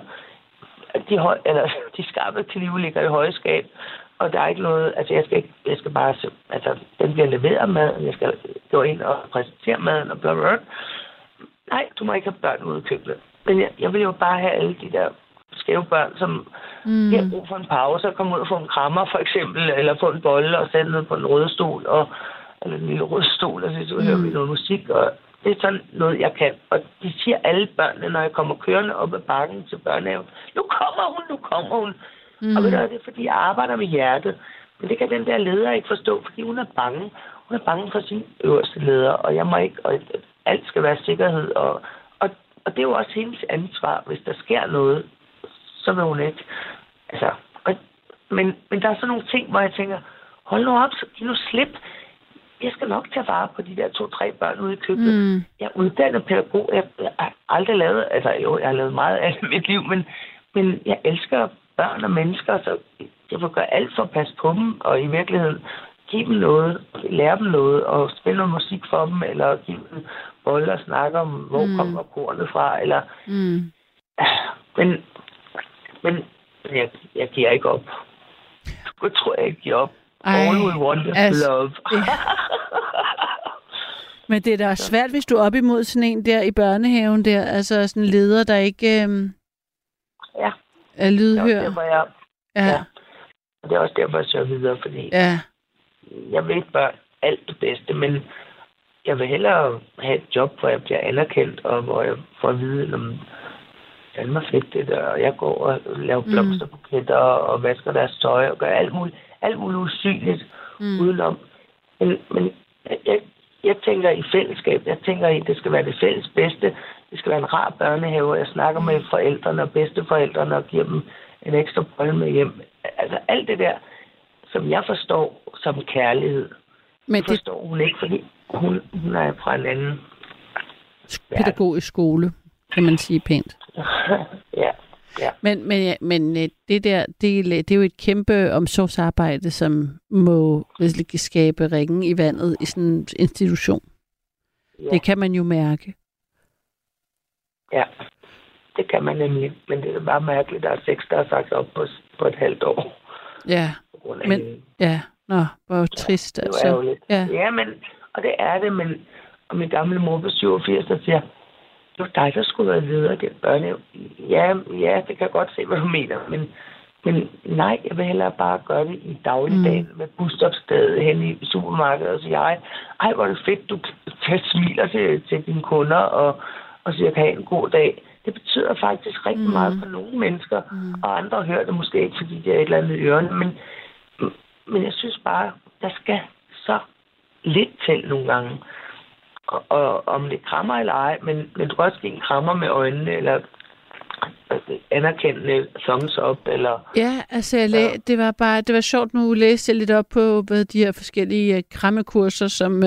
De skarpe knive ligger i høje skab, og der er ikke noget, altså jeg skal bare, altså den bliver leveret mad, jeg skal gå ind og præsentere maden og blablabla. Nej, du må ikke have børn ude i køkkenet. Men jeg vil jo bare have alle de der skæve børn, som har brug for en pause, og komme ud og få en krammer for eksempel, eller få en bolle og sætte ned på en rød stol, eller en lille rød stol, og så hører vi noget musik, og det er sådan noget, jeg kan. Og de siger alle børnene, når jeg kommer kørende op ad bakken til børnehaven, nu kommer hun. Og ved du, det er fordi, jeg arbejder med hjertet. Men det kan den der leder ikke forstå, fordi hun er bange. Hun er bange for sin øverste leder, og jeg må ikke, og alt skal være sikkerhed. Og det er jo også hendes ansvar, hvis der sker noget, så vil hun ikke. Altså, men der er sådan nogle ting, hvor jeg tænker, hold nu op, så giv nu slip. Jeg skal nok tage vare på de der 2-3 børn ude i køkkenet. Jeg er uddannet pædagog. Jeg har aldrig lavet, jeg har lavet meget af mit liv, men jeg elsker børn og mennesker, så jeg vil gøre alt for at passe på dem, og i virkeligheden give dem noget, lære dem noget, og spille noget musik for dem, eller give dem bolle og snakke om, hvor kommer kornet fra, eller... Men jeg giver ikke op. Jeg tror, jeg giver op. All we want is love. Men det er da også svært, hvis du er op imod sådan en der i børnehaven der, altså sådan en leder, der ikke Ja. er lydhør. Det er også derfor, Ja. ja. Og det er også derfor, jeg søger videre, fordi Ja. jeg vil børn alt det bedste, men jeg vil hellere have et job, hvor jeg bliver anerkendt, og hvor jeg får at vide, om Danmark fedt det der, og jeg går og laver blomsterbuketter og vasker deres tøj og gør alt muligt usynligt udenom. Men jeg tænker i fællesskab. Jeg tænker i, det skal være det fælles bedste. Det skal være en rar børnehave. Jeg snakker med forældrene og bedsteforældrene og giver dem en ekstra bolle med hjem. Altså alt det der, som jeg forstår som kærlighed, Men det forstår hun ikke, fordi hun er fra en anden pædagogisk skole, kan man sige pænt. ja. Men det der, det er jo et kæmpe omsorgsarbejde, som må skabe ringen i vandet i sådan en institution. Ja. Det kan man jo mærke. Ja, det kan man nemlig. Men det er bare mærkeligt, at der er 6, der har sagt op på et halvt år. Ja, men ja, hvor trist. Det Altså. er ærgerligt. Ja. Men, og det er det, men og min gamle mor på 87, der siger, det var dig, der skulle være leder af den børnehave. Ja, det kan jeg godt se, hvad du mener, men nej, jeg vil hellere bare gøre det i dagligdagen med busstopstedet hen i supermarkedet og sige, ej, hvor er det fedt, du smiler til dine kunder og siger, kan have en god dag. Det betyder faktisk rigtig meget for nogle mennesker, og andre hører det måske ikke, fordi det er et eller andet i ørerne, men jeg synes bare, der skal så lidt til nogle gange. Og om det krammer eller ej, men du kan også give en krammer med øjnene, eller anerkendende thumbs up, eller... Ja, altså det var sjovt, nu læste jeg lidt op på de her forskellige krammekurser, som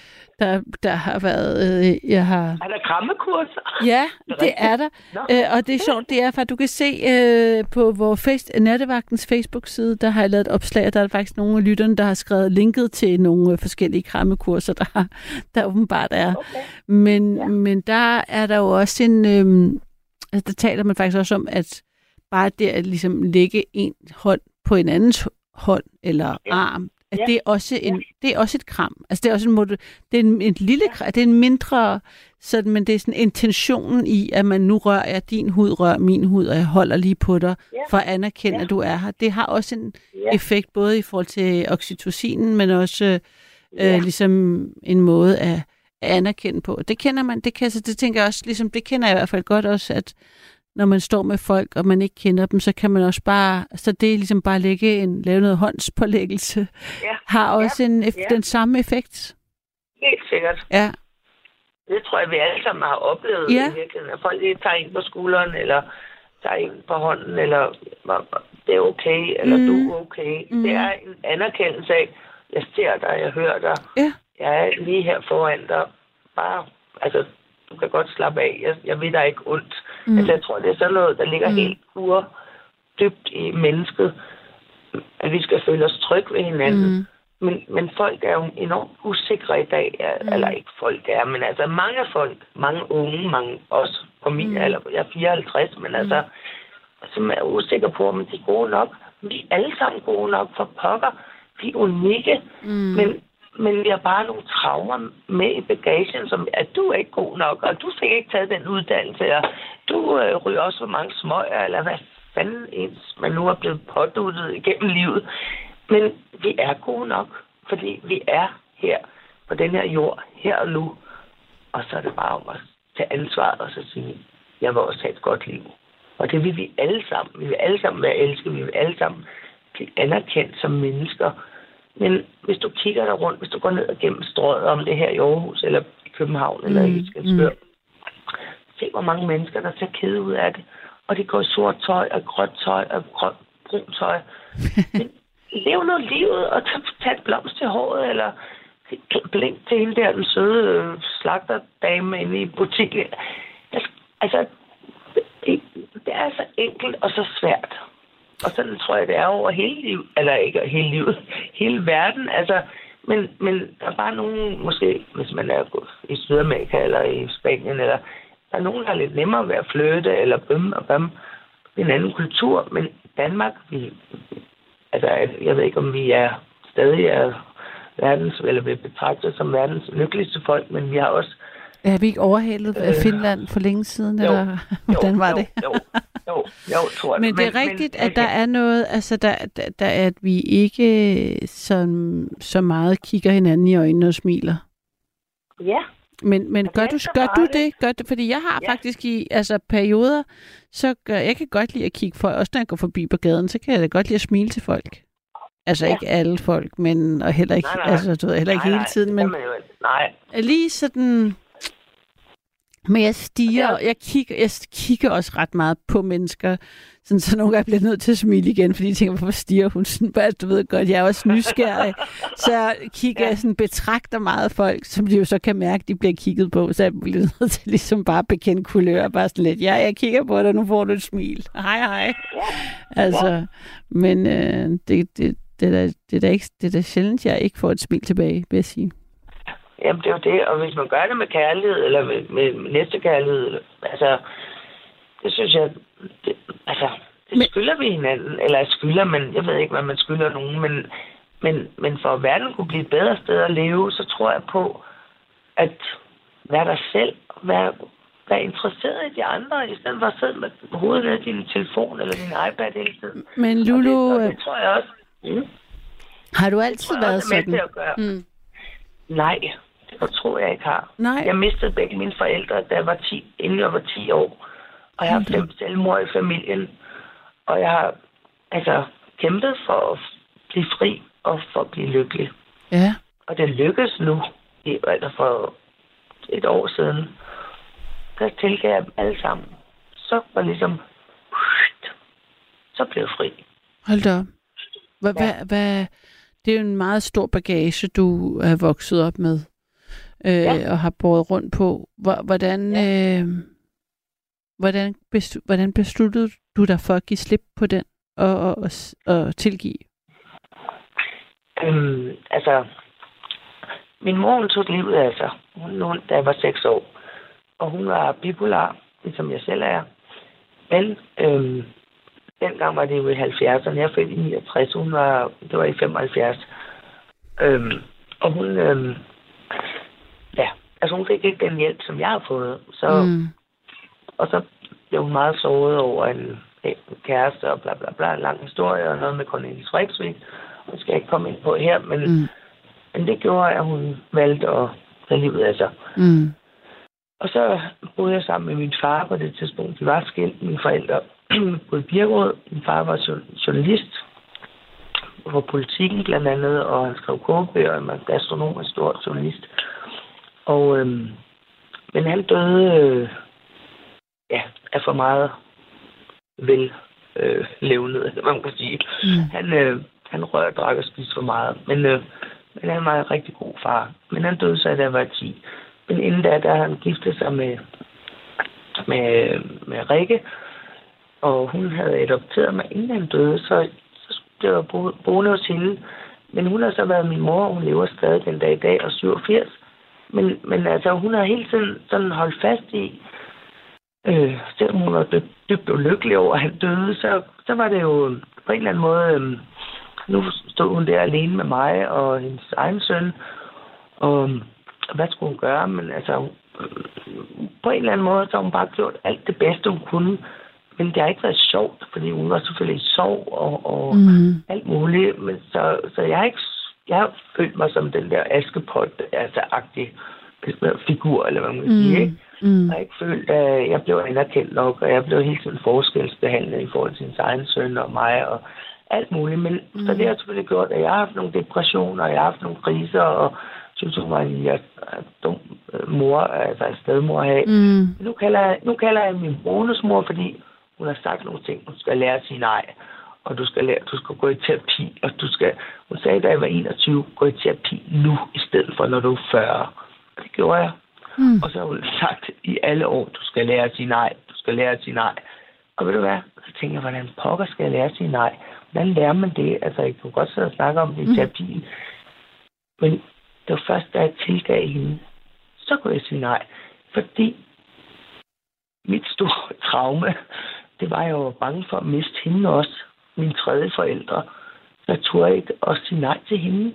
der har været... Er der krammekurser? Ja, det er der. Og det er sjovt, det er, for du kan se på vores Nattevagtens Facebook-side, der har jeg lavet et opslag, og der er faktisk nogle af lytterne, der har skrevet linket til nogle forskellige krammekurser, der åbenbart er. Okay. Men der er der jo også en... der taler man faktisk også om, at bare det at ligesom lægge en hånd på en andens hånd eller arm, at det er også et kram. Altså det er også det er en lille kram, det er en mindre sådan, men det er sådan intentionen i, at man nu rører din hud, rører min hud, og jeg holder lige på dig for at anerkende, at du er her. Det har også en effekt både i forhold til oxytocinen, men også ligesom en måde at anerkende på. Det kender man, det tænker jeg også, ligesom, det kender jeg i hvert fald godt også, at når man står med folk, og man ikke kender dem, så kan man også bare, så det er ligesom bare lave noget håndspålæggelse, har også den samme effekt. Helt sikkert. Ja. Det tror jeg, vi alle sammen har oplevet i virkeligheden, at folk lige tager en på skulderen, eller tager en på hånden, eller det er okay, eller du er okay. Det er en anerkendelse af, jeg ser dig, jeg hører dig. Ja. Jeg er lige her foran dig. Bare, altså, du kan godt slappe af. Jeg ved dig ikke ondt. Altså, jeg tror, det er sådan noget, der ligger helt dybt i mennesket, at vi skal føle os trygge ved hinanden. Men folk er jo enormt usikre i dag. Eller ikke folk er, men altså mange folk, mange unge, mange også på min alder, jeg er 54, men altså, som er usikre på, om de er gode nok. Vi er alle sammen gode nok for pokker. Vi er unikke, men vi har bare nogle traumer med i bagagen, som at du er ikke god nok, og du fik ikke taget den uddannelse, og du ryger også for mange smøger, eller hvad fanden ens man nu er blevet påduttet igennem livet. Men vi er gode nok, fordi vi er her på den her jord, her og nu. Og så er det bare om at tage ansvaret og så sige, jeg vil også have et godt liv. Og det vil vi alle sammen. Vi vil alle sammen være elsket, vi vil alle sammen blive anerkendt som mennesker. Men hvis du kigger der rundt, hvis du går ned og gennem strøget, om det her i Aarhus, eller i København, eller i Skælskør, se hvor mange mennesker, der ser kede ud af det. Og de går i sort tøj, og gråt tøj, og brun tøj. Men lev nu livet, og tag et blomst til håret, eller blink til hende der, den søde slagterdame inde i butikken. Altså, det er så enkelt og så svært. Og sådan tror jeg, det er over hele livet. Eller ikke hele livet. Hele verden. Altså, men der er bare nogen, måske hvis man er i Sydamerika eller i Spanien, eller der er nogen, der er lidt nemmere ved at flytte, eller bømme og bømme. Det er en anden kultur. Men Danmark, jeg ved ikke, om vi stadig er eller bliver betragtet som verdens lykkeligste folk, men vi har også... Er vi ikke overhalet af Finland for længe siden, eller hvordan var det? Jo, tror jeg. Men det er rigtigt, at der er noget, altså der er, at vi ikke så meget kigger hinanden i øjnene og smiler. Ja. Men gør du det? Gør det? Fordi jeg har faktisk i perioder, jeg kan godt lide at kigge folk, også når jeg går forbi på gaden, så kan jeg da godt lide at smile til folk. Altså ikke alle folk, men og heller ikke, heller ikke hele tiden, men lige sådan. Men jeg kigger også ret meget på mennesker, sådan, så nogle gange bliver jeg nødt til at smile igen, fordi jeg tænker, hvorfor stiger hun sådan? Bare, du ved godt, jeg er også nysgerrig. Så kigger jeg sådan, betragter meget folk, som de jo så kan mærke, de bliver kigget på, så jeg bliver nødt til ligesom bare bekende kulør, bare sådan lidt, jeg kigger på dig, nu får du et smil. Hej. Altså, men det er da sjældent, jeg ikke får et smil tilbage, vil jeg sige. Jamen, det er jo det. Og hvis man gør det med kærlighed, eller med næstekærlighed, altså, det synes jeg, det skylder vi hinanden. Eller jeg skylder, men jeg ved ikke, hvad man skylder nogen. Men for at verden kunne blive et bedre sted at leve, så tror jeg på, at være dig selv, være interesseret i de andre, i stedet for at sidde med hovedet ned i din telefon eller din iPad hele tiden. Men Lulu, det tror jeg også. Har du altid været sådan? Nej, det tror jeg ikke har. Nej. Jeg mistede begge mine forældre, inden jeg var 10 år. Og jeg har 5 selvmord i familien. Og jeg har kæmpet for at blive fri og for at blive lykkelig. Ja. Og det lykkes nu, for et år siden. Der tilgav jeg dem alle sammen. Så var ligesom, så blev jeg fri. Hold da op. Hvad, det er jo en meget stor bagage, du har vokset op med, og har båret rundt på. Hvordan besluttede du dig for at give slip på den og tilgive? Min mor tog livet af sig, da jeg var 6 år. Og hun var bipolar, ligesom jeg selv er. Men dengang var det jo i 70'erne. Jeg fødte i 69, det var i 75. Og hun, hun fik ikke den hjælp, som jeg har fået. Og så blev hun meget såret over en kæreste og bla bla bla, en lang historie og noget med Cornelis Reksvig. Det skal jeg ikke komme ind på her, men det gjorde, at hun valgte at tage livet af sig. Og så boede jeg sammen med min far på det tidspunkt. Vi var skilt, mine forældre boede i Birkerød. Min far var journalist på Politikken blandt andet, og han skrev kogebøger, og var gastronom og stor journalist. Og, men han døde af for meget levnet, man kan sige. Han rørte, drak og spiste for meget, men han var en rigtig god far. Men han døde så, da jeg var 10. Men inden da han giftede sig med Rikke, og hun havde adopteret mig, inden han døde, så blev jeg boende hos hende. Men hun har så været min mor, og hun lever stadig den dag i dag, og 87. Men hun har hele tiden sådan holdt fast i, selvom hun var dybt ulykkelig over, at han døde, så var det jo på en eller anden måde, nu stod hun der alene med mig og hendes egen søn, og hvad skulle hun gøre? Men på en eller anden måde, så har hun bare gjort alt det bedste, hun kunne. Men det har ikke været sjovt, fordi hun var selvfølgelig i sorg og alt muligt. Men så jeg har følt mig som den der Askepot-agtig figur, eller hvad man kan sige, ikke? Jeg har ikke følt, at jeg blev anerkendt nok, og jeg blev hele tiden forskelsbehandlet i forhold til hendes egen søn og mig, og alt muligt. Men så det har selvfølgelig gjort, at jeg har haft nogle depressioner, og jeg har haft nogle kriser, og synes, hun var en dum mor, altså en stedmor at have. Nu kalder jeg min bonusmor, fordi hun har sagt nogle ting. Hun skal lære at sige nej, og du skal gå i terapi, og hun sagde, da jeg var 21, gå i terapi nu, i stedet for, når du er 40. Det gjorde jeg. Og så har hun sagt i alle år, du skal lære at sige nej, du skal lære at sige nej. Og ved du hvad? Så tænker jeg, hvordan pokker skal jeg lære at sige nej? Hvordan lærer man det? Altså, jeg kan godt sidde og snakke om det i terapien. Men det var først, da jeg tilgav hende, så kunne jeg sige nej. Fordi mit store traume, det var, jeg var bange for at miste hende også. Mine tredje forældre. Jeg turde ikke at sige nej til hende.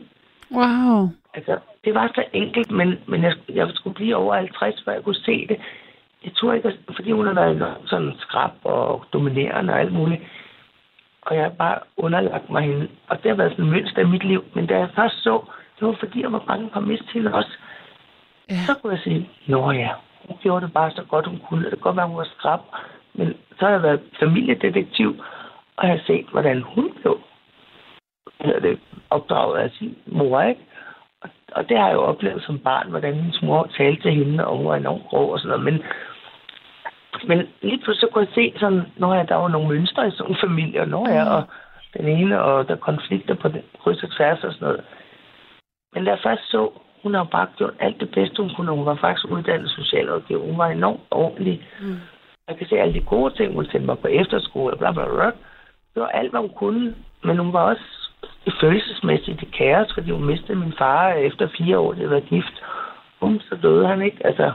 Wow. Altså, det var så enkelt, men jeg skulle blive over 50, før jeg kunne se det. Jeg tror ikke, fordi hun har været sådan skrap og dominerende og alt muligt. Og jeg har bare underlagt mig hende. Og det har været sådan et mønster i mit liv. Men da jeg først så, det var fordi, jeg var bange for at miste hende også. Ja. Så kunne jeg sige, nå ja, hun gjorde det bare så godt, hun kunne. Det kan godt være, hun var skrap. Men så har jeg været familiedetektiv, og jeg har set, hvordan hun blev opdraget af sin mor, ikke? Og det har jeg jo oplevet som barn, hvordan hendes mor talte til hende, og hun var enormt grov og sådan noget. Men lige pludselig kunne jeg se sådan, der var nogle mønstre i sådan en familie, og den ene, og der er konflikter på den kryds og tværs og sådan noget. Men da jeg først så, hun har bare gjort alt det bedste, hun kunne. Hun var faktisk uddannet socialrådgiver. Hun var enormt ordentlig. Jeg kan se alle de gode ting, hun sendte mig på efterskole, bla bla bla. Det var alt, hvad hun kunne. Men hun var også følelsesmæssigt i kaos, fordi hun mistede min far efter 4 år, det var gift. Så døde han, ikke? Altså,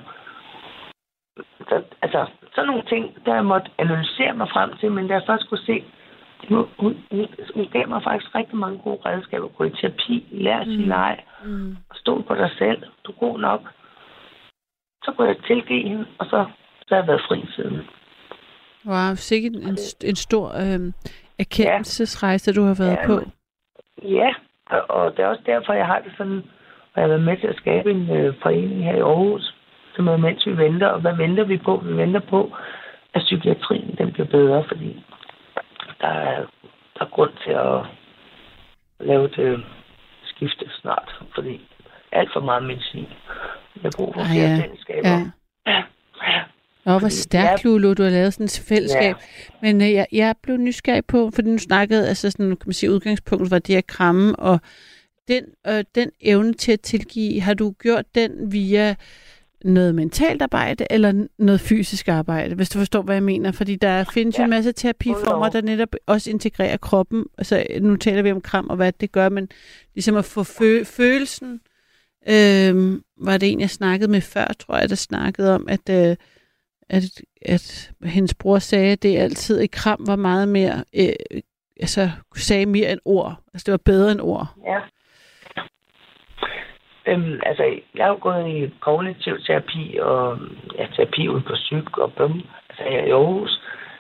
sådan nogle ting, der jeg måtte analysere mig frem til, men da jeg først kunne se, hun gav mig faktisk rigtig mange gode redskaber. Gå i terapi, lære at sige nej, og stå på dig selv. Du er god nok. Så kunne jeg tilgive hende, og så har jeg været fri siden. Wow, sikkert en stor erkendelsesrejse, du har været på. Ja, og det er også derfor, jeg har det sådan, og jeg har været med til at skabe en forening her i Aarhus, som er mens vi venter. Og hvad venter vi på? Vi venter på, at psykiatrien den bliver bedre, fordi der er grund til at lave det skifte snart, fordi alt for meget medicin. Jeg har brug for flere fællesskaber. Ja. Hvor stærkt, Lulu, du har lavet sådan et fællesskab. Ja. Men jeg blev nysgerrig på, fordi nu snakkede, altså sådan, kan man sige, udgangspunktet var det at kramme, og den evne til at tilgive, har du gjort den via noget mentalt arbejde, eller noget fysisk arbejde, hvis du forstår, hvad jeg mener? Fordi der findes jo en masse terapiformer, der netop også integrerer kroppen. Altså, nu taler vi om kram, og hvad det gør, men ligesom at få følelsen, var det en, jeg snakkede med før, tror jeg, der snakkede om, at hendes bror sagde, at det altid i kram var meget mere, sagde mere end ord. Altså, det var bedre end ord. Ja. Jeg har jo gået i kognitiv terapi, og terapi ude på psyk og bøm, altså her i Aarhus.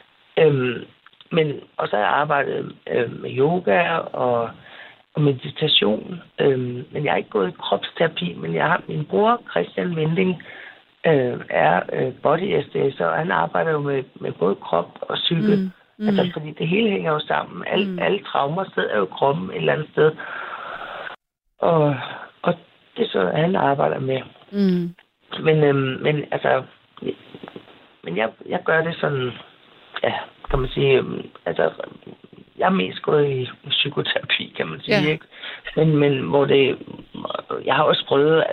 Og så har jeg arbejdet med yoga og meditation. Men jeg har ikke gået i kropsterapi, men jeg har min bror, Christian Winding, er body SDS'er, og han arbejder jo med både krop og psyke. Altså, fordi det hele hænger jo sammen. Alle traumer sidder jo i kroppen et eller andet sted. Og det er så, han arbejder med. Men jeg gør det sådan, kan man sige, jeg er mest gået i psykoterapi, kan man sige, ikke? Men hvor det, jeg har også prøvet,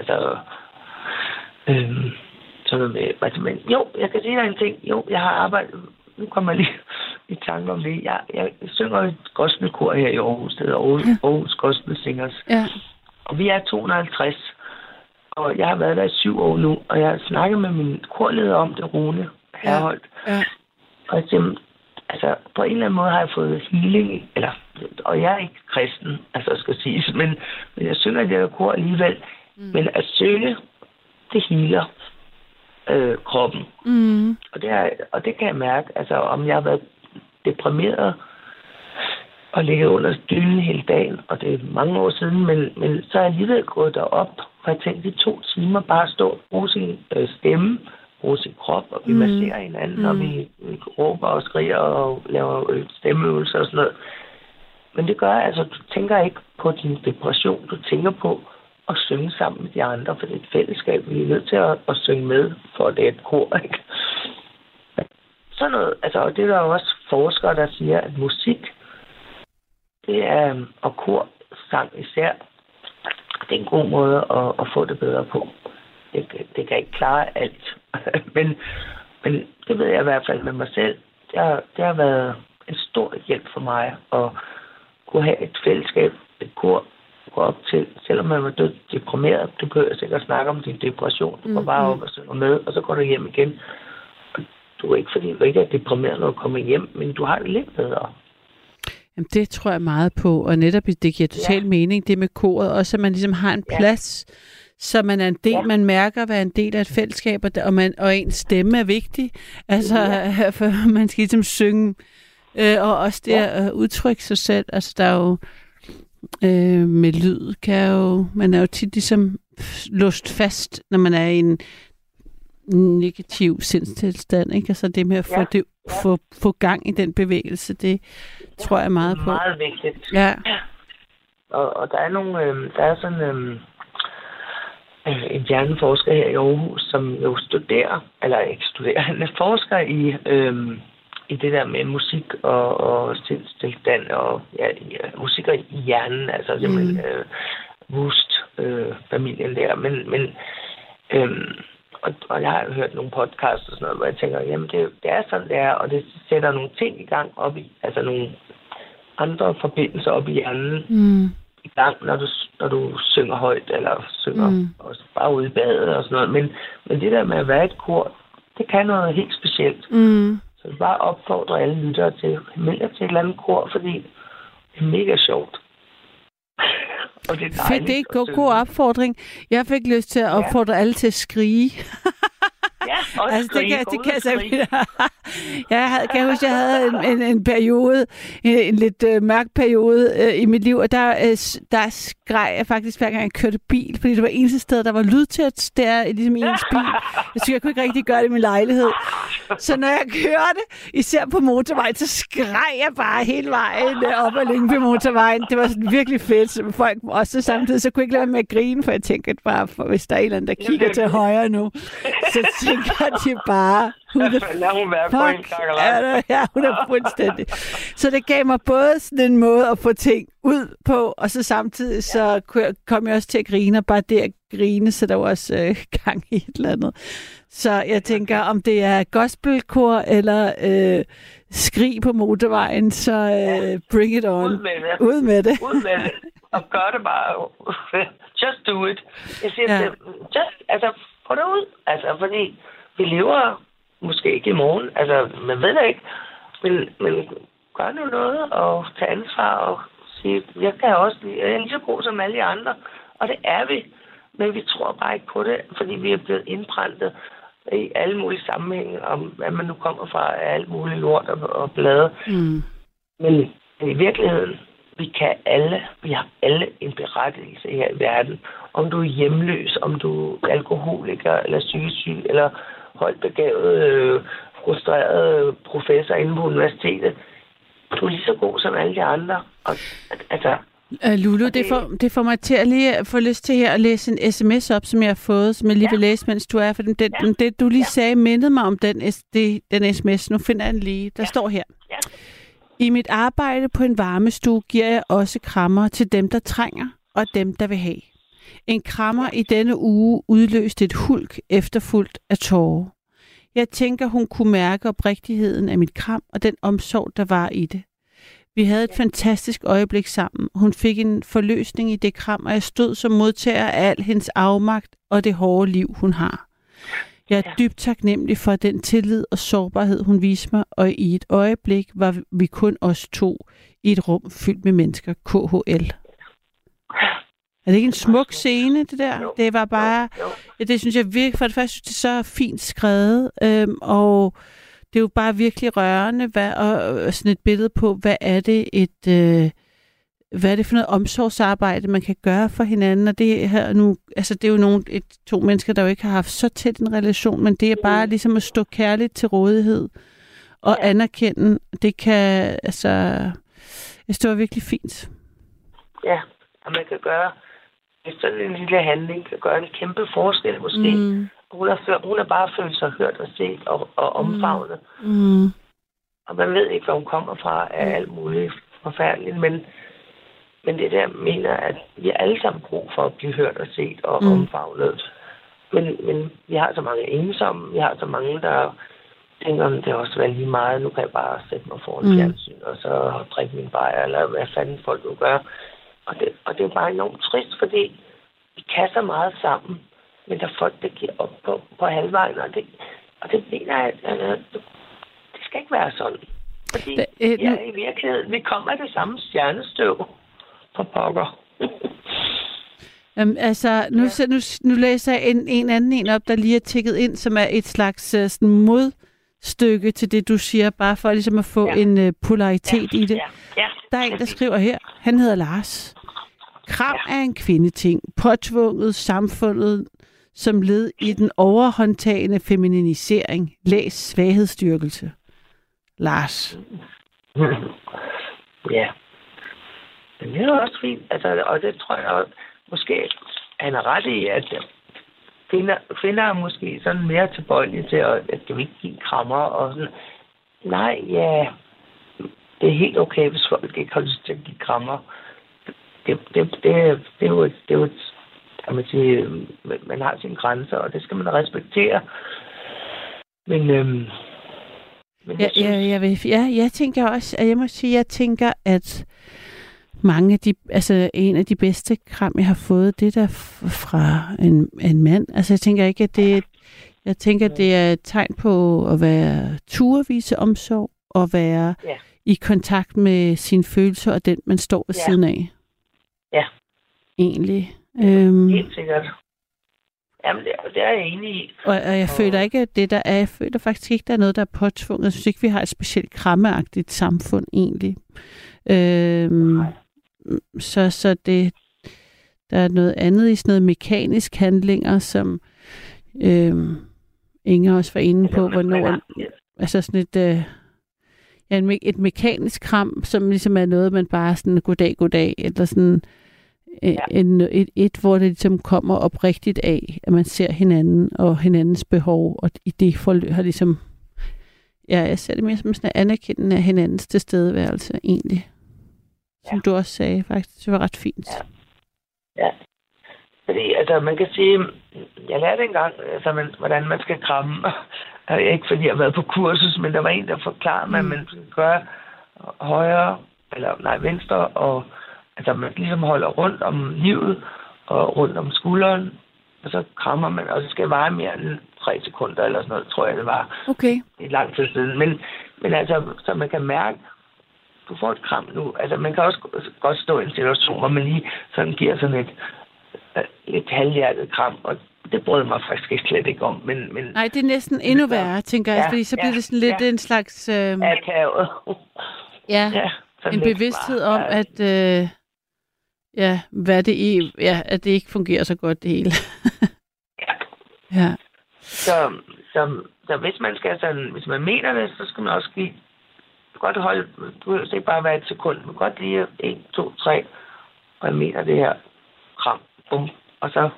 sådan noget med, jo, jeg kan sige dig en ting, jeg har arbejdet, nu kommer jeg lige i tanke om det, jeg synger et gospelkor her i Aarhus, det hedder Aarhus Gospel Singers. Ja. Og vi er 250, og jeg har været der i 7 år nu, og jeg har snakket med min korleder om det, Rune Herholdt. Ja. Og jeg siger, på en eller anden måde har jeg fået healing, og jeg er ikke kristen, skal siges, men jeg synger det her kor alligevel. Men at synge, det healer kroppen. Og det kan jeg mærke, om jeg har været deprimeret, og ligget under dynen hele dagen, og det er mange år siden, men så er jeg alligevel gået derop, og jeg tænkte, de 2 timer bare stå og bruge sin stemme, bruge sin krop, og vi masserer hinanden, og vi råber og skriger og laver stemmeøvelser og sådan noget. Men det gør, du tænker ikke på din depression, du tænker på at synge sammen med de andre, for det er et fællesskab, vi er nødt til at synge med, for det er et kor, ikke? Sådan noget, og det er der også forskere, der siger, at musik, det er, og korsang især, det er en god måde at få det bedre på. Det kan ikke klare alt. men det ved jeg i hvert fald med mig selv. Det har været en stor hjælp for mig at kunne have et fællesskab, et kor, gå op til, selvom man var død deprimeret. Du behøver sikkert snakke om din depression. Du går bare op og synger med, og så går du hjem igen. Og du er ikke, fordi du ikke er deprimeret, når du kommer hjem, men du har det lidt bedre. Jamen, det tror jeg meget på, og netop det giver total mening, det med koret, også at man ligesom har en plads, så man er en del, man mærker at være en del af et fællesskab, og ens stemme er vigtig. Altså, for man skal ligesom synge, og også det at udtrykke sig selv. Altså, der er jo med lyd, man er jo tit ligesom låst fast, når man er i en negativ sindstilstand, ikke? Altså det med at få gang i den bevægelse, det tror jeg meget på. Meget vigtigt. Ja. Og der er der er sådan en hjerneforsker her i Aarhus, som jo han er forsker i det der med musik og sindstilstand og musik i hjernen, altså simpelthen Wust-familien der, men og jeg har hørt nogle podcasts og sådan noget, hvor jeg tænker, jamen det er sådan, det er, og det sætter nogle ting i gang op i, altså nogle andre forbindelser op i hjernen i gang, når du synger højt, eller synger også bare ude i badet og sådan noget. Men det der med at være et kor, det kan noget helt specielt. Så jeg bare opfordrer alle lyttere til at melde til et eller andet kor, fordi det er mega sjovt. Og det er fedt, det er en god opfordring. Jeg fik lyst til at opfordre alle til at skrige. Ja, også altså, det kan jeg skrige. Jeg huske, jeg havde en periode, en lidt mørk periode i mit liv, og der skreg jeg faktisk, hver gang jeg kørte bil, fordi det var eneste sted, der var lydtæt, der ligesom i ens bil. Jeg kunne ikke rigtig gøre det i min lejlighed. Så når jeg kørte, især på motorvejen, så skreg jeg bare hele vejen op ad Lyngby motorvejen. Det var sådan virkelig fedt. Folk også samtidig, så kunne jeg ikke lade være med at grine, for jeg tænkte bare, hvis der er en eller anden, der kigger til højre nu, så tænker de bare, lad hun være på en kakkelat. Ja, hun er fuldstændig. Så det gav mig både sådan en måde at få ting ud på, og så samtidig så kom jeg også til at grine, og bare det at grine, så der var også gang i et eller andet. Så jeg tænker, om det er gospelkor eller skrig på motorvejen, så bring it on. Ud med det. Ud med det. Og gør det bare. Just do it. Jeg siger få det ud. Altså, fordi vi lever måske ikke i morgen. Altså, man ved det ikke. Men gør nu noget og tage ansvar og sige, jeg er lige så god som alle de andre. Og det er vi. Men vi tror bare ikke på det, fordi vi er blevet indprintet i alle mulige sammenhænge, om hvad man nu kommer fra af alt muligt lort og blade. Men i virkeligheden, vi har alle en berettigelse her i verden. Om du er hjemløs, om du er alkoholiker, eller syg, eller højt begavet, frustreret professor inde på universitetet. Du er lige så god som alle de andre. Og, altså, Lulu, det får mig til at lige få lyst til her at læse en sms op, som jeg har fået, som jeg lige vil læse, mens du er. For det, du lige sagde, mindede mig om den sms. Nu finder jeg den lige. Der står her. Ja. I mit arbejde på en varmestue giver jeg også krammer til dem, der trænger, og dem, der vil have. En krammer i denne uge udløste et hulk efterfulgt af tårer. Jeg tænker, hun kunne mærke oprigtigheden af mit kram og den omsorg, der var i det. Vi havde et fantastisk øjeblik sammen. Hun fik en forløsning i det kram, og jeg stod som modtager af al hendes afmagt og det hårde liv, hun har. Jeg er dybt taknemmelig for den tillid og sårbarhed, hun viste mig, og i et øjeblik var vi kun os to i et rum fyldt med mennesker. KHL. Er det ikke en smuk scene, det der? Jo. Det var bare... Ja, det synes jeg virkelig... For det første, det er så fint skrevet, og det er jo bare virkelig rørende, og sådan et billede på, hvad er det for noget omsorgsarbejde, man kan gøre for hinanden, og det her nu, altså det er jo to mennesker, der jo ikke har haft så tæt en relation, men det er bare ligesom at stå kærligt til rådighed og anerkende, det kan, altså, det var virkelig fint. Ja, og man kan gøre, sådan en lille handling kan gøre en kæmpe forskel måske. Hun har bare følt sig hørt og set og omfavnet. Og man ved ikke, hvor hun kommer fra af alt muligt forfærdeligt, men det der mener, at vi har alle sammen brug for at blive hørt og set og omfavnet. Men vi har så mange ensomme, vi har så mange, der tænker, at det også været lige meget. Nu kan jeg bare sætte mig foran fjernsyn og så drikke min bajer, eller hvad fanden folk nu gør. Og det er bare enormt trist, fordi vi kan så meget sammen, men der er folk, der giver op på halvvejen, og det mener jeg, at det skal ikke være sådan. Fordi i virkeligheden, vi kommer af det samme stjernestøv for pokker. Nu læser jeg en anden op, der lige er tækket ind, som er et slags sådan modstykke til det, du siger, bare for ligesom at få en polaritet i det. Der er en, der skriver her, han hedder Lars. Kram er en kvindeting, påtvunget samfundet som led i den overhåndtagende femininisering. Læs svaghedsstyrkelse. Lars. Ja. Men det er også fint. Altså, og det tror jeg måske, han er ret i, at kvinder er måske sådan mere tilbøjelige til, at skal vi ikke give krammer og sådan. Nej, ja. Det er helt okay, hvis folk ikke har lyst til at give krammer. Det er jo et, kan man sige, man har sine grænser, og det skal man respektere. Men jeg tænker også, at jeg må sige, jeg tænker, at mange af de, altså en af de bedste kram, jeg har fået, det der fra en mand. Altså jeg tænker ikke, at det er et tegn på at være turvise omsorg, og være i kontakt med sine følelser, og den, man står ved siden af. Ja. Egentlig. Helt sikkert. Jamen, det er jeg enig i. Og jeg føler ikke, at det der er, jeg føler faktisk ikke, der er noget, der er påtvunget. Jeg synes ikke, vi har et specielt krammeagtigt samfund, egentlig. Så det, der er noget andet i sådan noget mekanisk handlinger, som Inger også var inde på, hvornår, altså sådan et mekanisk kram, som ligesom er noget, man bare sådan goddag, eller sådan hvor det ligesom kommer oprigtigt af, at man ser hinanden og hinandens behov, og i det forløb har ligesom, jeg ser det mere som sådan en anerkendelse af hinandens tilstedeværelse, egentlig. Som du også sagde, faktisk. Det var ret fint. Ja. Fordi, altså, man kan sige, jeg lærte engang, altså, hvordan man skal kramme. Ikke fordi jeg har været på kursus, men der var en, der forklarede mig, at man skal gøre venstre, og altså, man ligesom holder rundt om livet, og rundt om skulderen, og så krammer man, og det skal vare mere end 3 sekunder, eller sådan noget, tror jeg, det var. Okay. Et lang tid siden. Men altså, så man kan mærke, du får et kram nu. Altså, man kan også godt stå i en situation, hvor man lige sådan giver sådan et halvhjertet kram, og det brød mig faktisk slet ikke om. Men nej, det er næsten endnu værre, tænker jeg, fordi så bliver det sådan lidt en slags... akavet. En bevidsthed om, at... at det ikke fungerer så godt, det hele. Ja. Så hvis man skal sådan, hvis man mener det, så skal man også give godt holde, du vil ikke bare være et sekund, men godt lige 1, 2, 3, og jeg mener det her kram, bum, og så,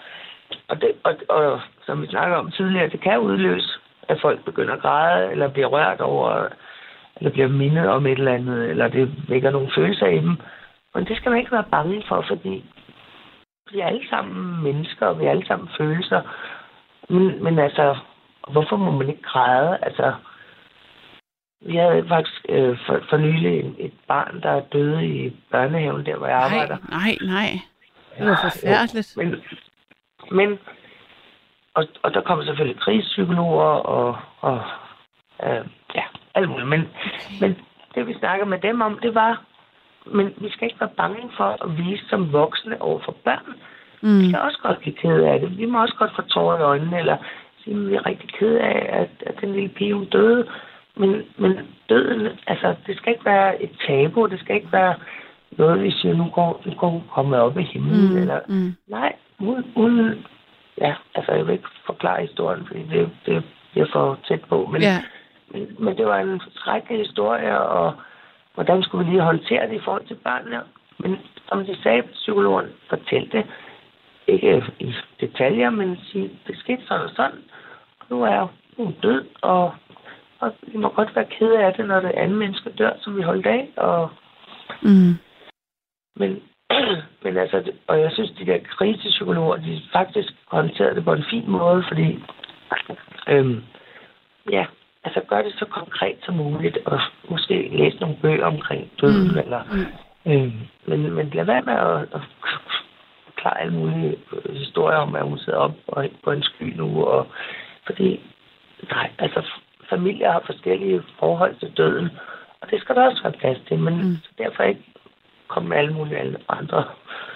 og som vi snakker om tidligere, det kan udløse, at folk begynder at græde, eller bliver rørt over, eller bliver mindet om et eller andet, eller det vækker nogle følelser i dem, men det skal man ikke være bange for, fordi vi er alle sammen mennesker, og vi er alle sammen følelser, men altså, hvorfor må man ikke græde, altså. Vi havde faktisk for nylig et barn, der døde i børnehaven, der hvor jeg arbejder. Nej. Det var forfærdeligt. Men der kom selvfølgelig krigspsykologer og alt muligt. Men det vi snakker med dem om, det var, men vi skal ikke være bange for at vise som voksne over for børn. Vi skal også godt blive ked af det. Vi må også godt få tårer i øjnene, eller sige, at vi er rigtig ked af, at den lille pige hun døde. Men døden, altså, det skal ikke være et tabu, det skal ikke være noget, vi siger, nu går hun kommet op i himlen, eller nej, uden, altså, jeg vil ikke forklare historien, fordi det er for tæt på, men det var en skrækkelig historie, og hvordan skulle vi lige håndtere det i forhold til børnene, men som de sagde, psykologen fortalte, ikke i detaljer, men sige, det skete sådan og sådan, og nu er hun død, og vi må godt være kede af det, når det andet menneske dør, som vi holdt af. Men altså, og jeg synes, de der krisepsykologer, de faktisk håndterede det på en fin måde, fordi altså gør det så konkret som muligt, og måske læse nogle bøger omkring døden, eller men lad være med at forklare alle mulige historier om, at hun sidder op på en sky nu, og fordi, nej, altså familier har forskellige forhold til døden, Og det skal der også være plads til, men derfor ikke komme med alle mulige andre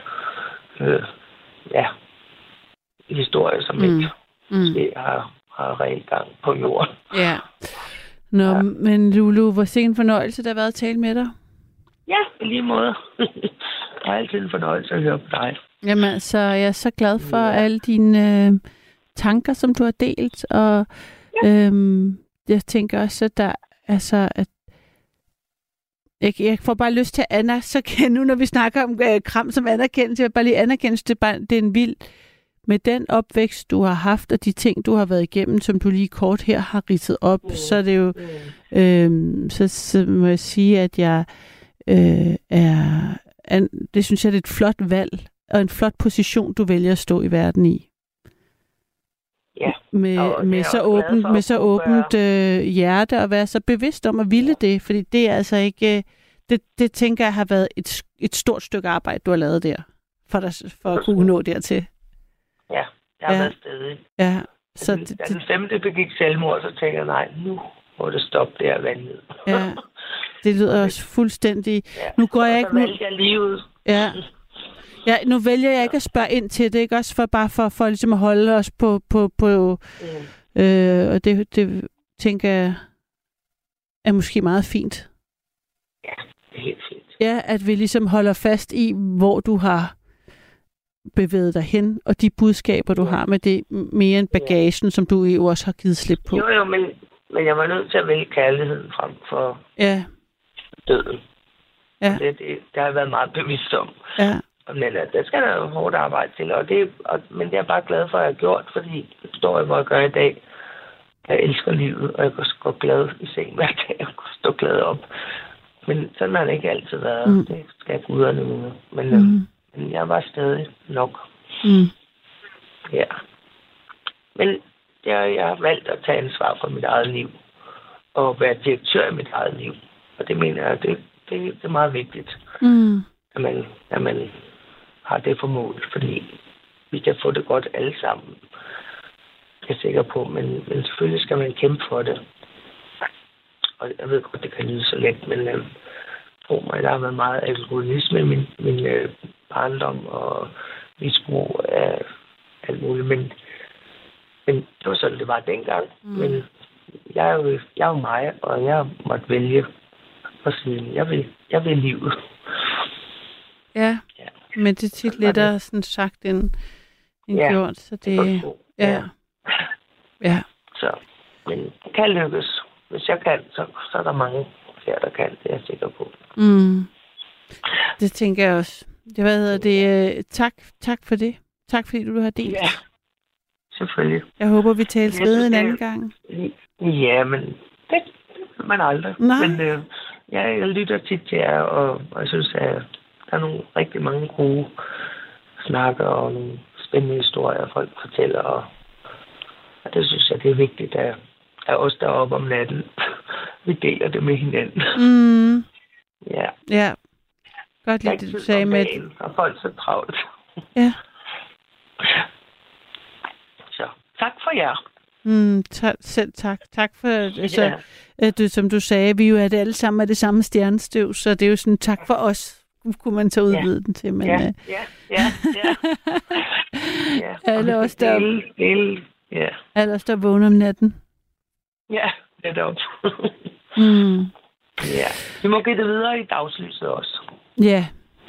historier, som ikke måske har rent gang på jorden. Ja. Nå, men Lulu, hvor sikke en fornøjelse, der har været at tale med dig. Ja, på lige måde. Det er altid en fornøjelse at høre på dig. Jamen, så jeg er så glad for alle dine tanker, som du har delt, og jeg tænker også, at der at jeg får bare lyst til at anerkende, nu når vi snakker om kram som anerkendelse, jeg vil bare lige anerkende, det er en vild, med den opvækst, du har haft, og de ting, du har været igennem, som du lige kort her har ridset op, så er det jo, så må jeg sige, at jeg det synes jeg, det er et flot valg, og en flot position, du vælger at stå i verden i. Ja. Med så åbent hjerte, og være så bevidst om at ville det, fordi det er altså ikke, det tænker jeg har været et stort stykke arbejde, du har lavet der, for at kunne nå dertil. Ja, jeg har været stedig. Ja. Så da den 5. begik selvmord, så tænker jeg, nej, nu må det stoppe der vandet. Ja, det lyder også fuldstændig. Ja. Nu går jeg ikke... Nu vælger jeg livet. Ja. Ja, nu vælger jeg ikke at spørge ind til det, ikke? Også for ligesom at holde os på og det tænker jeg er måske meget fint. Ja, det er helt fint. Ja, at vi ligesom holder fast i, hvor du har bevæget dig hen, og de budskaber, du har med det, mere end bagagen, som du jo også har givet slip på. Jo, men jeg var nødt til at vælge kærligheden frem for døden. Ja. Det har jeg været meget bevidst om. Ja. Men det skal der jo hårdt arbejde til, men det er jeg bare glad for, at jeg har gjort, fordi det står jeg, hvor jeg gør i dag. Jeg elsker livet, og jeg kan gå glad i seng hver dag, og kan stå glad op. Men sådan har det ikke altid været. Det skal guderne nu. Men jeg var stadig nok. Ja. Men jeg har valgt at tage ansvar for mit eget liv, og være direktør i mit eget liv. Og det mener jeg, det er meget vigtigt, at man har det formål, fordi vi kan få det godt alle sammen. Jeg er sikker på, men selvfølgelig skal man kæmpe for det. Og jeg ved godt, det kan lyde så let, men tro mig, der har været meget alkoholisme i min barndom og misbrug af alt muligt. Men det var sådan, det var dengang. Men jeg er jo mig, og jeg måtte vælge at sige, jeg vil livet. Ja, men det er tit lettere sådan sagt end gjort. Så det ja. Så, men det kan lykkes. Hvis jeg kan, så er der mange flere, der kan. Det er jeg sikker på. Det tænker jeg også. Tak for det. Tak fordi du har delt. Ja, selvfølgelig. Jeg håber, vi tales ved en anden gang. Ja, men det kan man aldrig. Nej. Men jeg lytter tit til jer, og jeg synes, at der er nogle rigtig mange gode snakker og nogle spændende historier, folk fortæller. Og det synes jeg, det er vigtigt, at os deroppe om natten, vi deler det med hinanden. Ja. Godt lide det, du sagde med... Og folk så travlt. Ja. Så tak for jer. Selv tak. Tak for, at som du sagde, vi jo er det alle sammen af det samme stjernestøv, så det er jo sådan, tak for os, kunne man så udvide den til. Men, ja. Alle os, der vågner om natten. Ja, det er det også. Ja, vi må give det videre i dagslyset også. Ja.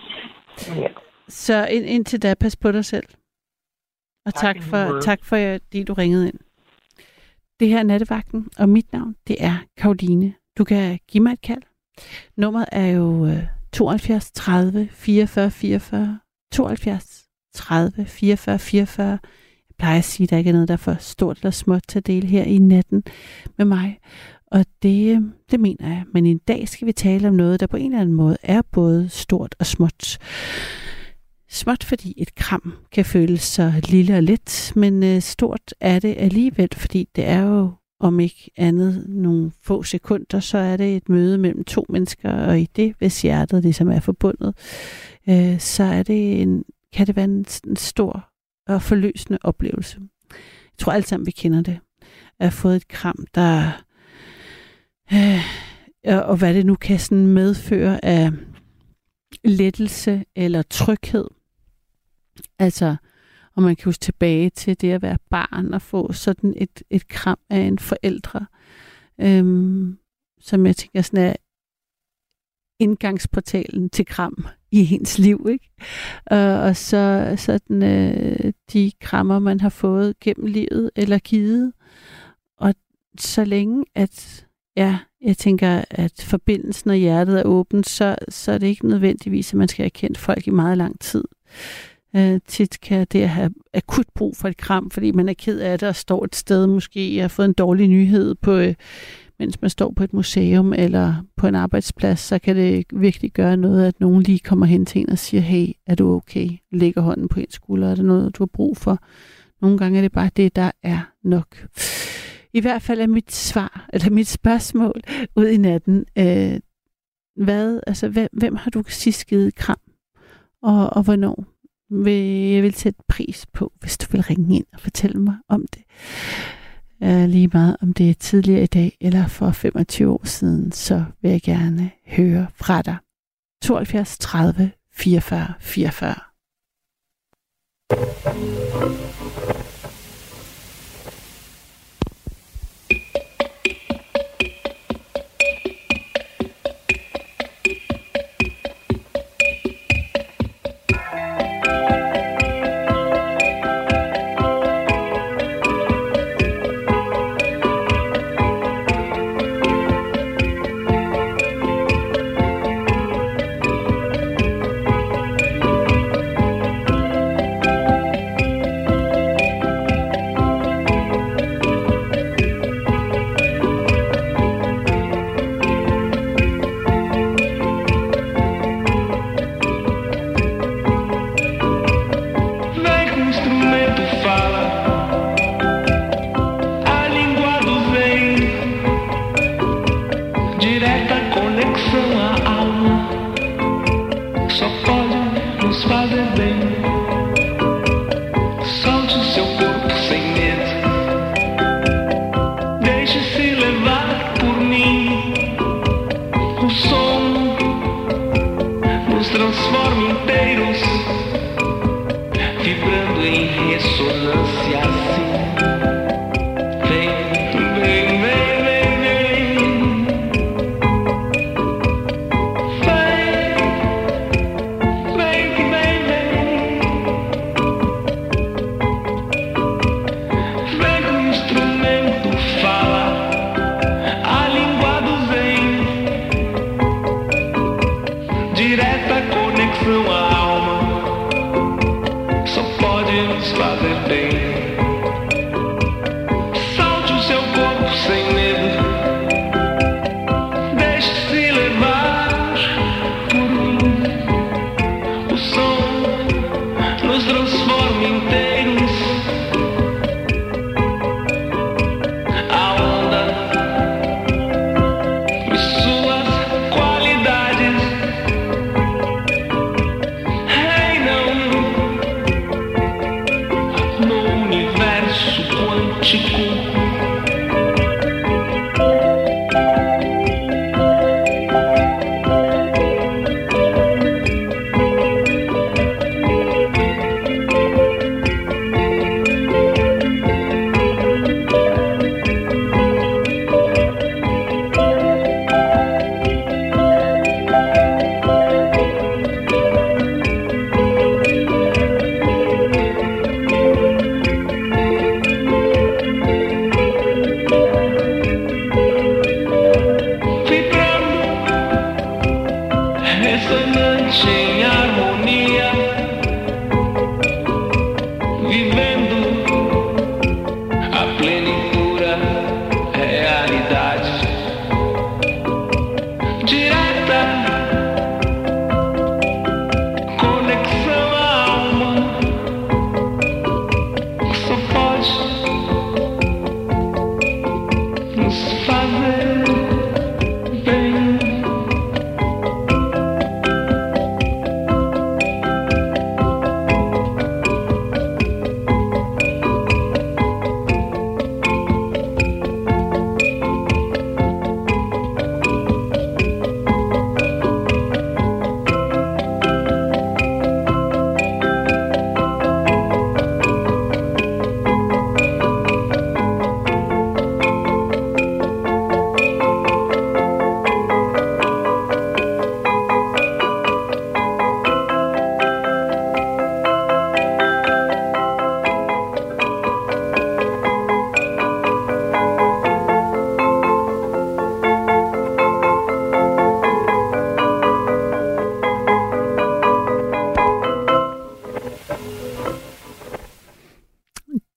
Så indtil da, pas på dig selv. Og tak for, at du ringede ind. Det her er Nattevagten, og mit navn, det er Karoline. Du kan give mig et kald. Nummeret er jo 72 30 44 44. 72 30 44 44. Jeg plejer at sige, at der ikke er noget, der er for stort eller småt til at dele her i natten med mig. Og det mener jeg. Men i dag skal vi tale om noget, der på en eller anden måde er både stort og småt. Småt, fordi et kram kan føles så lille og let, men stort er det alligevel, fordi det er jo, om ikke andet, nogle få sekunder, så er det et møde mellem to mennesker, og i det, hvis hjertet ligesom er forbundet, så er det kan det være en stor og forløsende oplevelse. Jeg tror alle sammen, vi kender det. At have fået et kram, der og hvad det nu kan sådan medføre af lettelse eller tryghed. Altså, og man kan huske tilbage til det at være barn og få sådan et kram af en forældre, som jeg tænker sådan er indgangsportalen til kram i ens liv, ikke? Og så sådan de krammer, man har fået gennem livet eller givet. Og så længe at, jeg tænker, at forbindelsen og hjertet er åbent, så er det ikke nødvendigvis, at man skal have kendt folk i meget lang tid. Tit kan det at have akut brug for et kram, fordi man er ked af det og står et sted, måske har fået en dårlig nyhed på mens man står på et museum eller på en arbejdsplads, så kan det virkelig gøre noget, at nogen lige kommer hen til en og siger, hey, er du okay? Lægger hånden på en skulder, er det noget, du har brug for? Nogle gange er det bare det, der er nok. I hvert fald er mit spørgsmål ud i natten, hvem har du sidst givet kram? Og hvornår? Jeg vil sætte pris på, hvis du vil ringe ind og fortælle mig om det. Lige meget om det er tidligere i dag eller for 25 år siden, så vil jeg gerne høre fra dig. 72 30 44 44.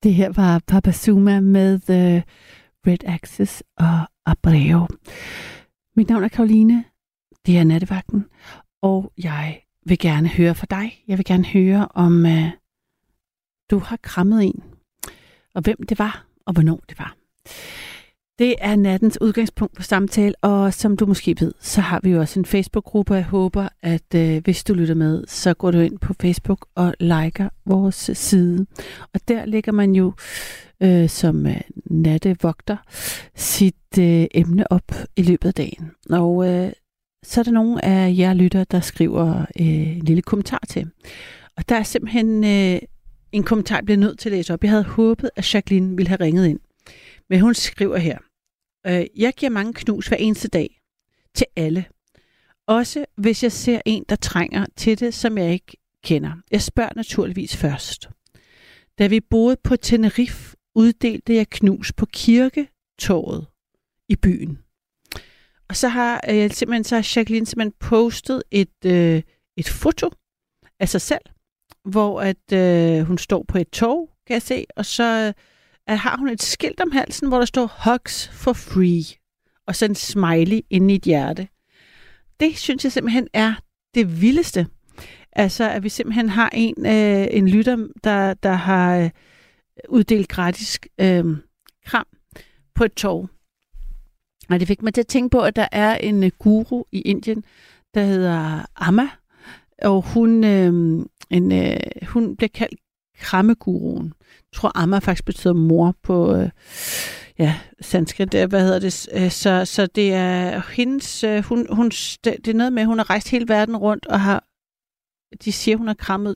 Det her var Papa Suma med Red Axis og Abreu. Mit navn er Karoline. Det er Nattevagten. Og jeg vil gerne høre fra dig. Jeg vil gerne høre, om du har krammet en. Og hvem det var, og hvornår det var. Det er nattens udgangspunkt for samtale, og som du måske ved, så har vi jo også en Facebook-gruppe, og jeg håber, at hvis du lytter med, så går du ind på Facebook og liker vores side. Og der lægger man jo som nattevogter sit emne op i løbet af dagen. Og så er der nogle af jer lytter, der skriver en lille kommentar til. Og der er simpelthen en kommentar, jeg bliver nødt til at læse op. Jeg havde håbet, at Jacqueline ville have ringet ind. Men hun skriver her: jeg giver mange knus hver eneste dag til alle. Også hvis jeg ser en, der trænger til det, som jeg ikke kender. Jeg spørger naturligvis først. Da vi boede på Tenerife, uddelte jeg knus på kirketorvet i byen. Og så har Jacqueline simpelthen postet et foto af sig selv, hvor at hun står på et torv, kan jeg se, og så har hun et skilt om halsen, hvor der står Hugs for free, og så en smiley inde i et hjerte. Det synes jeg simpelthen er det vildeste. Altså, at vi simpelthen har en lytter, der har uddelt gratis kram på et torv. Og det fik mig til at tænke på, at der er en guru i Indien, der hedder Amma, og hun bliver kaldt krammeguruen. Jeg tror, Amma faktisk betyder mor på sanskrit. Så det er hendes... det er noget med, at hun har rejst hele verden rundt, og de siger, hun har krammet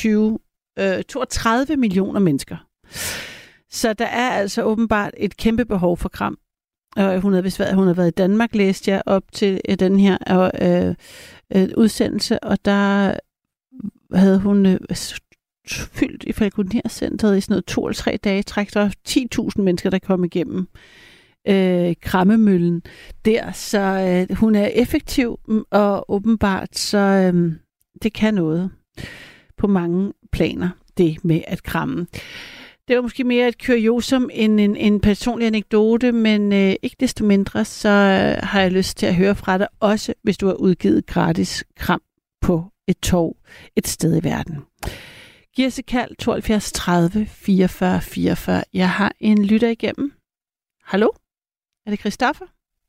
32 millioner mennesker. Så der er altså åbenbart et kæmpe behov for kram. Og hun har været i Danmark, læste jeg op til den her udsendelse, og der havde hun fyldt i Falconer-centret i sådan noget 2 eller 3 dage, træk der 10.000 mennesker, der kom igennem krammemøllen der. Så hun er effektiv, og åbenbart, så det kan noget på mange planer, det med at kramme. Det var måske mere et kuriosum end en personlig anekdote, men ikke desto mindre, så har jeg lyst til at høre fra dig, også hvis du har udgivet gratis kram på et torv et sted i verden. Giv os et kald 72 30 44 44. Jeg har en lytter igennem. Hallo? Er det Christoffer?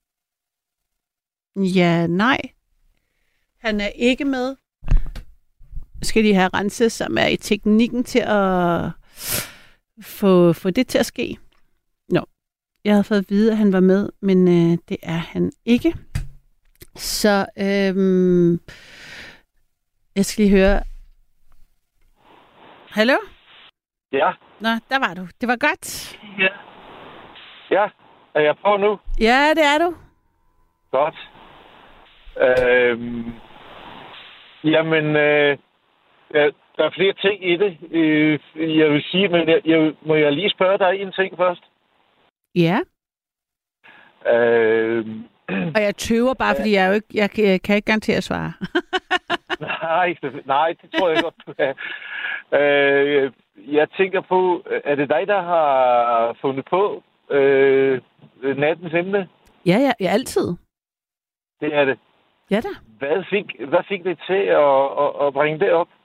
Ja, nej. Han er ikke med. Skal de have renset, som er i teknikken til at få det til at ske? Nå, jeg havde fået at vide, at han var med, men det er han ikke. Så jeg skal lige høre. Hallo? Ja. Nå, der var du. Det var godt. Ja. Ja, er jeg på nu? Ja, det er du. Godt. Jamen, der er flere ting i det, jeg vil sige, men må jeg lige spørge dig en ting først? Ja. Og jeg tøver bare, fordi jeg kan ikke garantere at svare. nej, det tror jeg godt, du kan. Jeg tænker på, er det dig, der har fundet på nattens emne? Ja, altid. Det er det. Ja da. Hvad fik det til at bringe det op?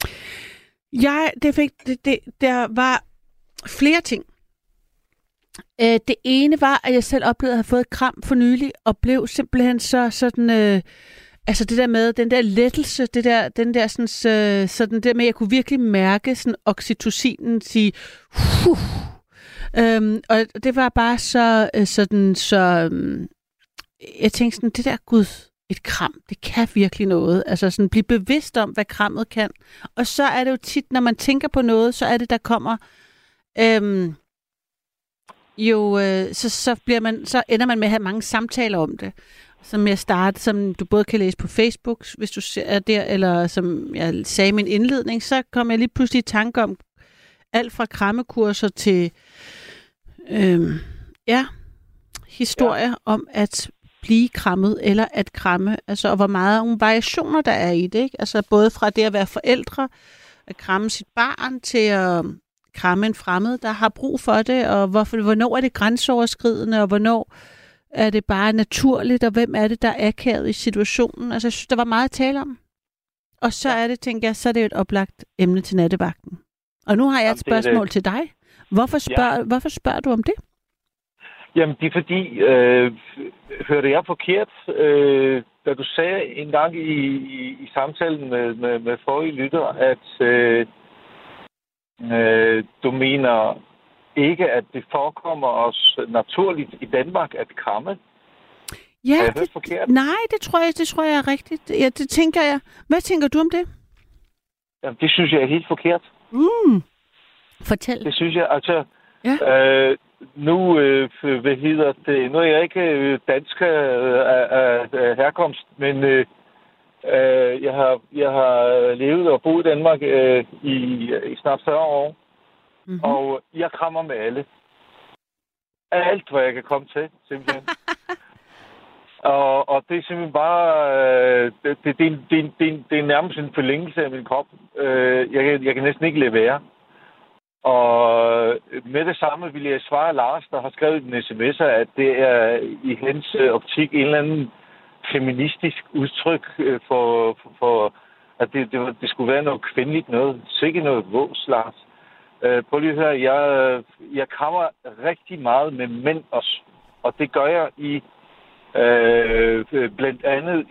Der var flere ting. Det ene var, at jeg selv oplevede at have fået et kram for nylig, og blev simpelthen sådan... altså det der med, den der lettelse, den der med, at jeg kunne virkelig mærke sådan oxytocinen sige... og det var bare så jeg tænkte sådan, det der Gud, et kram, det kan virkelig noget. Altså sådan blive bevidst om, hvad krammet kan. Og så er det jo tit, når man tænker på noget, så er det, der kommer... så ender man med at have mange samtaler om det. Som du både kan læse på Facebook, hvis du er der, eller som jeg sagde i min indledning, så kom jeg lige pludselig i tanke om alt fra krammekurser til historier om at blive krammet eller at kramme, altså og hvor meget variationer der er i det, ikke? Altså både fra det at være forældre, at kramme sit barn, til at kramme en fremmed, der har brug for det, og hvornår er det grænseoverskridende, og hvornår er det bare naturligt, og hvem er det, der er akavet i situationen? Altså, jeg synes, der var meget at tale om. Og så er det, tænker jeg, så er det jo et oplagt emne til nattevagten. Og nu har jeg et spørgsmål til dig. Hvorfor spørger du om det? Jamen, det er fordi, hørte jeg forkert, da du sagde en gang i samtalen med forrige lytter, at du mener ikke, at det forekommer os naturligt i Danmark at kramme? Ja, har jeg hørt forkert? Nej, det tror jeg er rigtigt. Ja, det tænker jeg. Hvad tænker du om det? Jamen, det synes jeg er helt forkert. Fortæl. Det synes jeg, altså... Ja. Nu er jeg ikke dansk af herkomst, men jeg har levet og boet i Danmark i snart 40 år. Mm-hmm. Og jeg krammer med alle. Alt, hvad jeg kan komme til, simpelthen. og det er simpelthen bare... Det er nærmest en forlængelse af min krop. Jeg kan næsten ikke lade være. Og med det samme vil jeg svare Lars, der har skrevet en sms'er, at det er i hans optik en eller anden feministisk udtryk for at det skulle være noget kvindeligt noget. Sikkert noget vås, Lars. Prøv lige at høre, jeg krammer rigtig meget med mænd også. Og det gør jeg blandt andet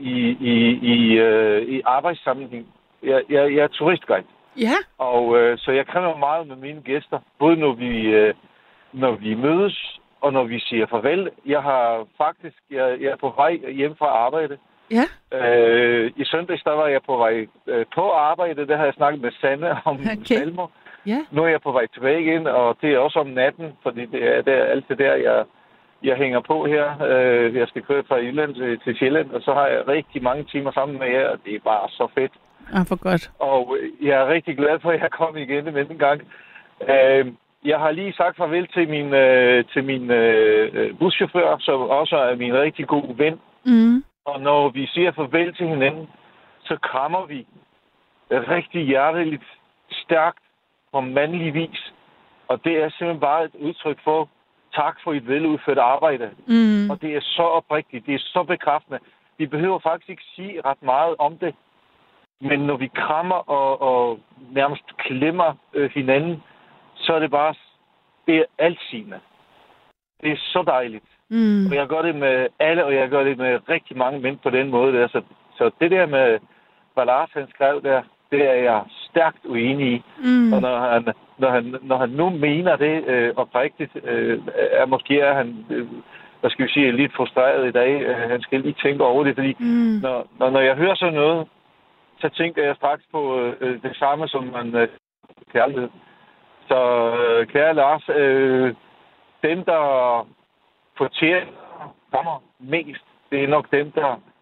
i arbejdssammenhæng. Jeg er turistguide. Ja. Og så jeg krammer meget med mine gæster, både når vi mødes og når vi siger farvel. Jeg er på vej hjem fra arbejde. Ja. I søndags der var jeg på vej på arbejde. Der har jeg snakket med Sanne om Salmo. Ja. Nu er jeg på vej tilbage igen, og det er også om natten, fordi det er altid der, jeg hænger på her. Jeg skal køre fra Jylland til Sjælland, og så har jeg rigtig mange timer sammen med jer, og det er bare så fedt. Ja, for godt. Og jeg er rigtig glad for, at jeg kom igen en gang. Jeg har lige sagt farvel til min buschauffør, som også er min rigtig god ven. Mm. Og når vi siger farvel til hinanden, så krammer vi rigtig hjerteligt, stærkt på mandlig vis. Og det er simpelthen bare et udtryk for tak for et veludført arbejde. Mm. Og det er så oprigtigt, det er så bekræftende. Vi behøver faktisk ikke sige ret meget om det. Men når vi krammer og nærmest klemmer hinanden, så er det bare, det er altsigende. Det er så dejligt. Mm. Og jeg gør det med alle, og jeg gør det med rigtig mange mænd på den måde. Der. Så det der med, hvad Lars han skrev der, det er jeg stærkt uenig i. Mm. Og når han nu mener det oprigtigt, måske er han, hvad skal vi sige, lidt frustreret i dag. Han skal lige tænke over det, fordi når jeg hører sådan noget, så tænker jeg straks på det samme, som man kærlighed. Så kære Lars, dem, der fortjener mest, det er nok dem,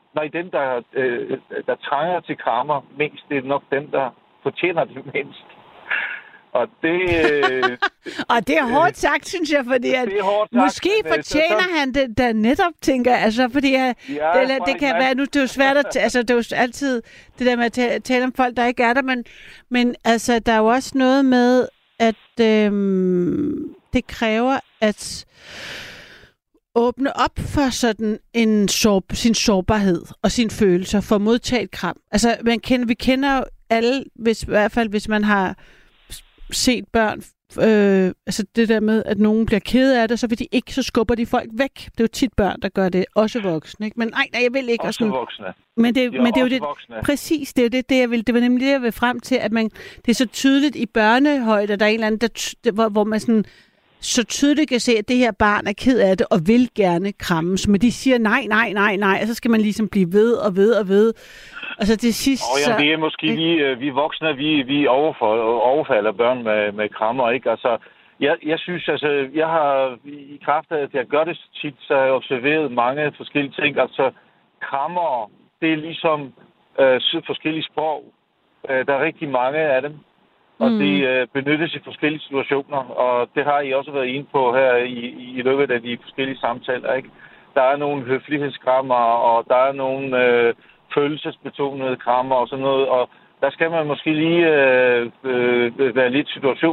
der trænger til krammer mest, det er nok dem, der fortjener det mindst. Og det... og det er hårdt sagt, synes jeg, fordi at måske fortjener han det der netop, tænker jeg. Altså, fordi det kan være, nu det er jo svært at... Altså, det er jo altid det der med at tale om folk, der ikke er der, men altså, der er jo også noget med, at det kræver at åbne op for sådan sin sårbarhed og sine følelser for at modtage et kram. Altså, vi kender jo alle, i hvert fald hvis man har set børn, altså det der med, at nogen bliver kede af det, så vil de ikke, så skubber de folk væk. Det er jo tit børn, der gør det, også voksne, ikke? Men nej, jeg vil ikke. Også voksne. Men det er jo det, præcis, det er jo det jeg vil. Det var nemlig det, jeg vil frem til, at det er så tydeligt i børnehøjde, at der er en eller anden, hvor man sådan så tydeligt kan se, at det her barn er ked af det, og vil gerne krammes, men de siger nej, og så skal man ligesom blive ved og ved. Altså det sidste... det er måske vi voksne, vi overfalder børn med krammer, ikke? Altså, jeg synes, altså, jeg har i kraft af, at jeg gør det tit, så har jeg observeret mange forskellige ting. Altså, krammer, det er ligesom forskellige sprog. Der er rigtig mange af dem. Og det benyttes i forskellige situationer, og det har I også været inde på her i løbet af de forskellige samtaler, ikke? Der er nogle høflighedskrammer, og der er nogle følelsesbetonede krammer og sådan noget, der skal man måske lige være lidt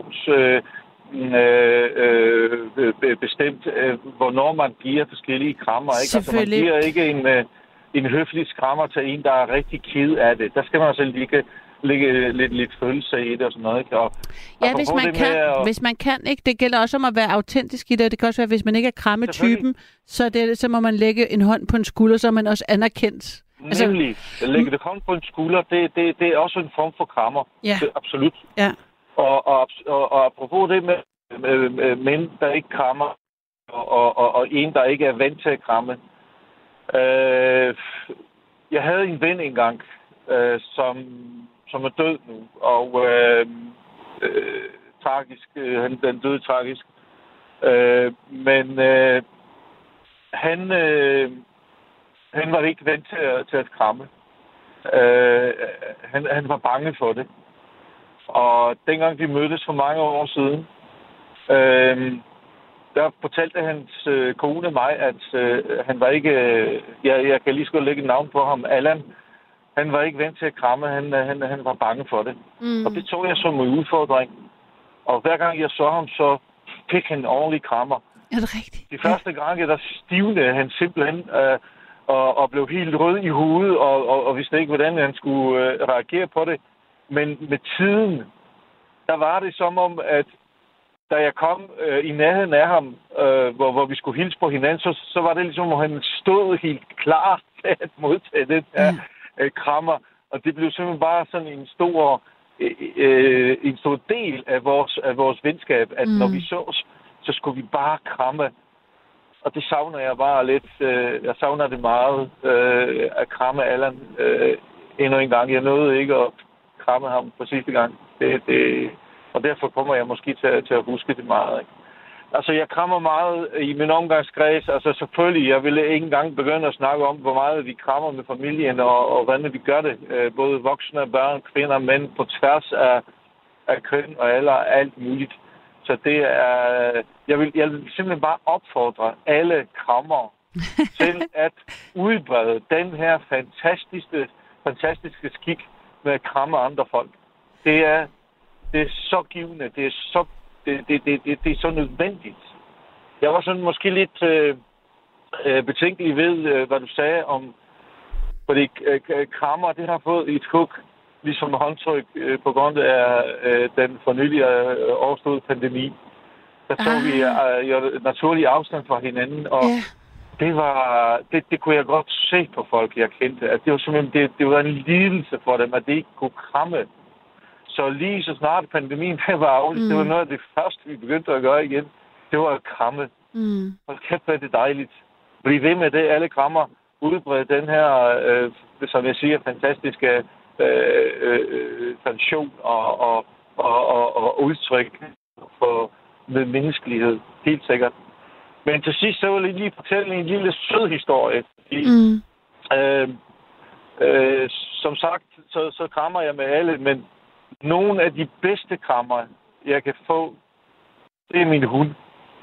bestemt, hvornår man giver forskellige krammer. Ikke? Altså, man giver ikke en høflig krammer til en, der er rigtig ked af det. Der skal man altså lægge lidt følelse i det og sådan noget. Ikke? Og hvis man kan, ikke? Det gælder også om at være autentisk i det. Det kan også være, hvis man ikke er krammetypen, så må man lægge en hånd på en skulder, så er man også anerkendt. Nemlig. Lægge det hånd på en skulder, det er også en form for krammer. Ja. Absolut. Ja. Og apropos det med mænd, der ikke krammer, og en, der ikke er vant til at kramme. Jeg havde en ven engang, som er død nu, og tragisk. Den døde tragisk. Men han var ikke vant til at kramme. Han var bange for det. Og dengang de mødtes for mange år siden, der fortalte hans kone mig, at han var ikke... Jeg kan lige så godt lægge et navn på ham, Allan. Han var ikke vant til at kramme. Han var bange for det. Og det tog jeg som en udfordring. Og hver gang jeg så ham, så fik han en ordentlig krammer. Er det rigtigt? De første gange, der stivnede han simpelthen og blev helt rød i hovedet, og vidste ikke, hvordan han skulle reagere på det. Men med tiden, der var det som om, at da jeg kom i nærheden af ham, hvor vi skulle hilse på hinanden, så var det ligesom, at han stod helt klar til at modtage den her krammer. Og det blev simpelthen bare sådan en stor del af vores venskab, at når vi sås, så skulle vi bare kramme. Og det savner jeg bare lidt. Jeg savner det meget at kramme Allan endnu en gang. Jeg nåede ikke at kramme ham for sidste gang. Og derfor kommer jeg måske til at huske det meget. Ikke? Altså, jeg krammer meget i min omgangskreds. Altså, selvfølgelig, jeg ville ikke engang begynde at snakke om, hvor meget vi krammer med familien, og hvordan vi gør det. Både voksne, børn, kvinder, mænd, på tværs af køn og alder, alt muligt. Så det er... Jeg vil simpelthen bare opfordre alle krammer til at udbrede den her fantastiske skik med at kramme andre folk. Det er så givende. Det er så nødvendigt. Jeg var sådan måske lidt betænkelig ved, hvad du sagde om, fordi krammer, det har fået et hug, ligesom håndtryk på grund af den for nylig overståede pandemi. Der tog vi naturlig afstand fra hinanden, og det kunne jeg godt se på folk, jeg kendte. At det var simpelthen det var en lidelse for dem, at det ikke kunne kramme. Så lige så snart pandemien var aflyst, det var noget af det første, vi begyndte at gøre igen. Det var at kramme. Og kæft, hvad det dejligt. Bliv ved med det, alle krammer. Udbrede den her, som jeg siger, fantastiske tradition og udtryk for medmenneskelighed. Helt sikkert. Men til sidst, så vil jeg lige fortælle en lille sød historie. Som sagt, så krammer jeg med alle, men nogle af de bedste krammer, jeg kan få, det er min hund.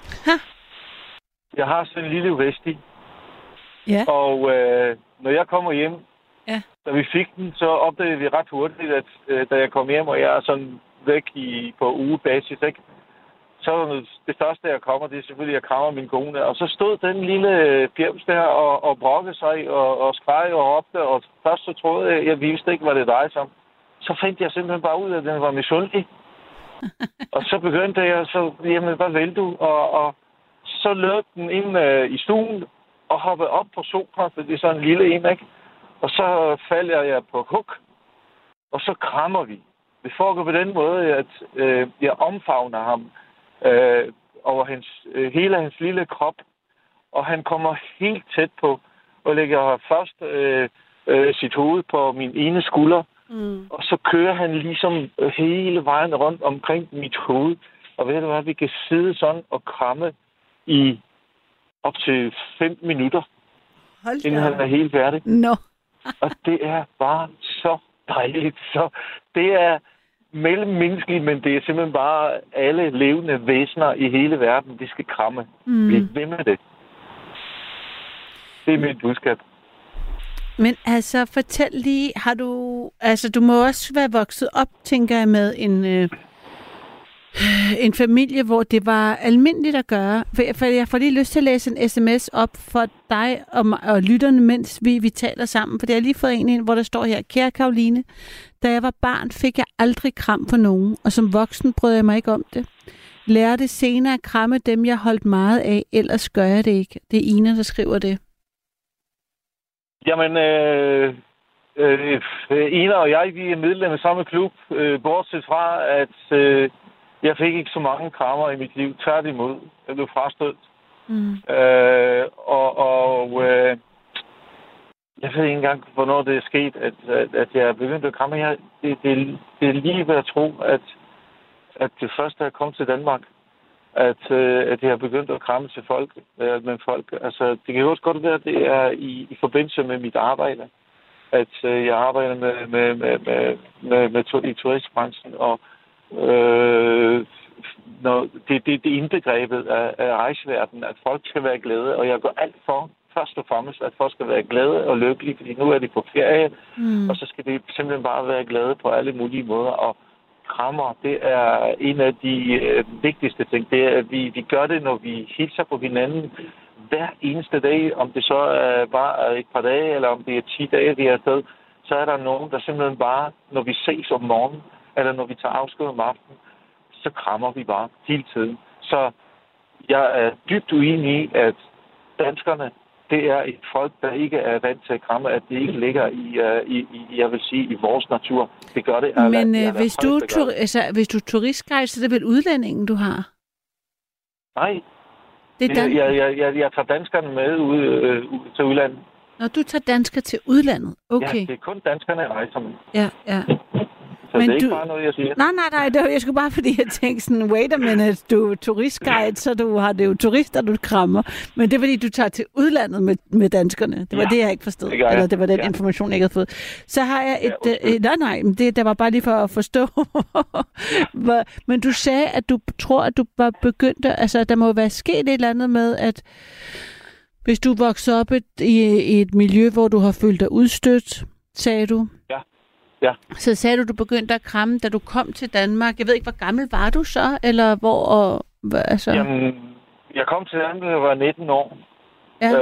Jeg har sådan en lille Vesti. Ja. Og når jeg kommer hjem, da vi fik den, så opdagede vi ret hurtigt, at da jeg kom hjem, og jeg er sådan væk på ugebasis, ikke? Så det første, jeg kommer, det er selvfølgelig, at jeg krammer min kone. Og så stod den lille pjems der og brokkede sig og skreg og råbte. Og først så troede jeg vidste ikke, hvad det drejede sig om. Så fandt jeg simpelthen bare ud af, at den var misundelig. Og så begyndte jeg jamen, hvad vil du? Og så løb den ind i stuen og hoppede op på sofaen, for det er sådan en lille en, ikke? Og så falder jeg på hug, og så krammer vi. Det foregår på den måde, at jeg omfavner ham over hele hans lille krop, og han kommer helt tæt på og lægger først sit hoved på min ene skulder, og så kører han ligesom hele vejen rundt omkring mit hoved. Og ved du hvad, vi kan sidde sådan og kramme i op til 5 minutter, inden han er helt færdig. No. Og det er bare så dejligt. Så det er mellemmenneskeligt, men det er simpelthen bare alle levende væsener i hele verden, de skal kramme. Bliv ved med det. Det er mit budskab. Men altså, fortæl lige, har du... Altså, du må også være vokset op, tænker jeg, med en familie, hvor det var almindeligt at gøre. For jeg får lige lyst til at læse en sms op for dig og lytterne, mens vi taler sammen. For det har lige fået en, hvor der står her: Kære Karoline, da jeg var barn, fik jeg aldrig kram på nogen, og som voksen brød jeg mig ikke om det. Lærte senere at kramme dem, jeg holdt meget af, ellers gør jeg det ikke. Det er Ina, der skriver det. Jamen, Ina og jeg, vi er medlem af samme klub, bortset fra, at jeg fik ikke så mange krammer i mit liv. Tværtimod, jeg blev frastødt. Jeg ved ikke engang, hvornår det er sket, at jeg er begyndt at kramme. Det er lige ved at tro, at det første er kommet til Danmark, at jeg har begyndt at kramme til folk, med folk. Altså, det kan jo også godt være, at det er i forbindelse med mit arbejde, at jeg arbejder med i turistbranchen, og det er indbegrebet af rejseverdenen, at folk skal være glade, og jeg går alt for, først og fremmest, at folk skal være glade og lykkelige, fordi nu er de på ferie, og så skal de simpelthen bare være glade på alle mulige måder, og krammer, det er en af de vigtigste ting. Det er, at vi gør det, når vi hilser på hinanden hver eneste dag. Om det så er bare et par dage, eller om det er 10 dage, vi er afsted, så er der nogen, der simpelthen bare, når vi ses om morgenen, eller når vi tager afsked om aftenen, så krammer vi bare hele tiden. Så jeg er dybt uenig i, at danskerne, det er et folk, der ikke er vant til at kramme, at det ikke ligger jeg vil sige, i vores natur. Det gør det. Men hvis du er turistguide, så er det vel udlændingen, du har? Nej. Det er jeg tager danskerne med ud til udlandet. Når du tager danskere til udlandet? Okay. Ja, det er kun danskerne, jeg rejser med. Ja. Så men det er ikke bare noget, jeg siger. Nej, det var, jeg skulle bare, fordi jeg tænkte sådan, wait a minute, du er turistguide, så du har det jo turister, du krammer. Men det er, fordi du tager til udlandet med danskerne. Det var det, jeg ikke forstod. Eller det var den information, jeg ikke havde fået. Så har jeg det var bare lige for at forstå. Men du sagde, at du tror, at du var begyndt, altså der må være sket et eller andet med, at hvis du voksede op i et miljø, hvor du har følt dig udstødt, sagde du? Ja. Så sagde du begyndte at kramme, da du kom til Danmark. Jeg ved ikke, hvor gammel var du så? Eller hvor? Altså... Jamen, jeg kom til Danmark, da jeg var 19 år. Ja.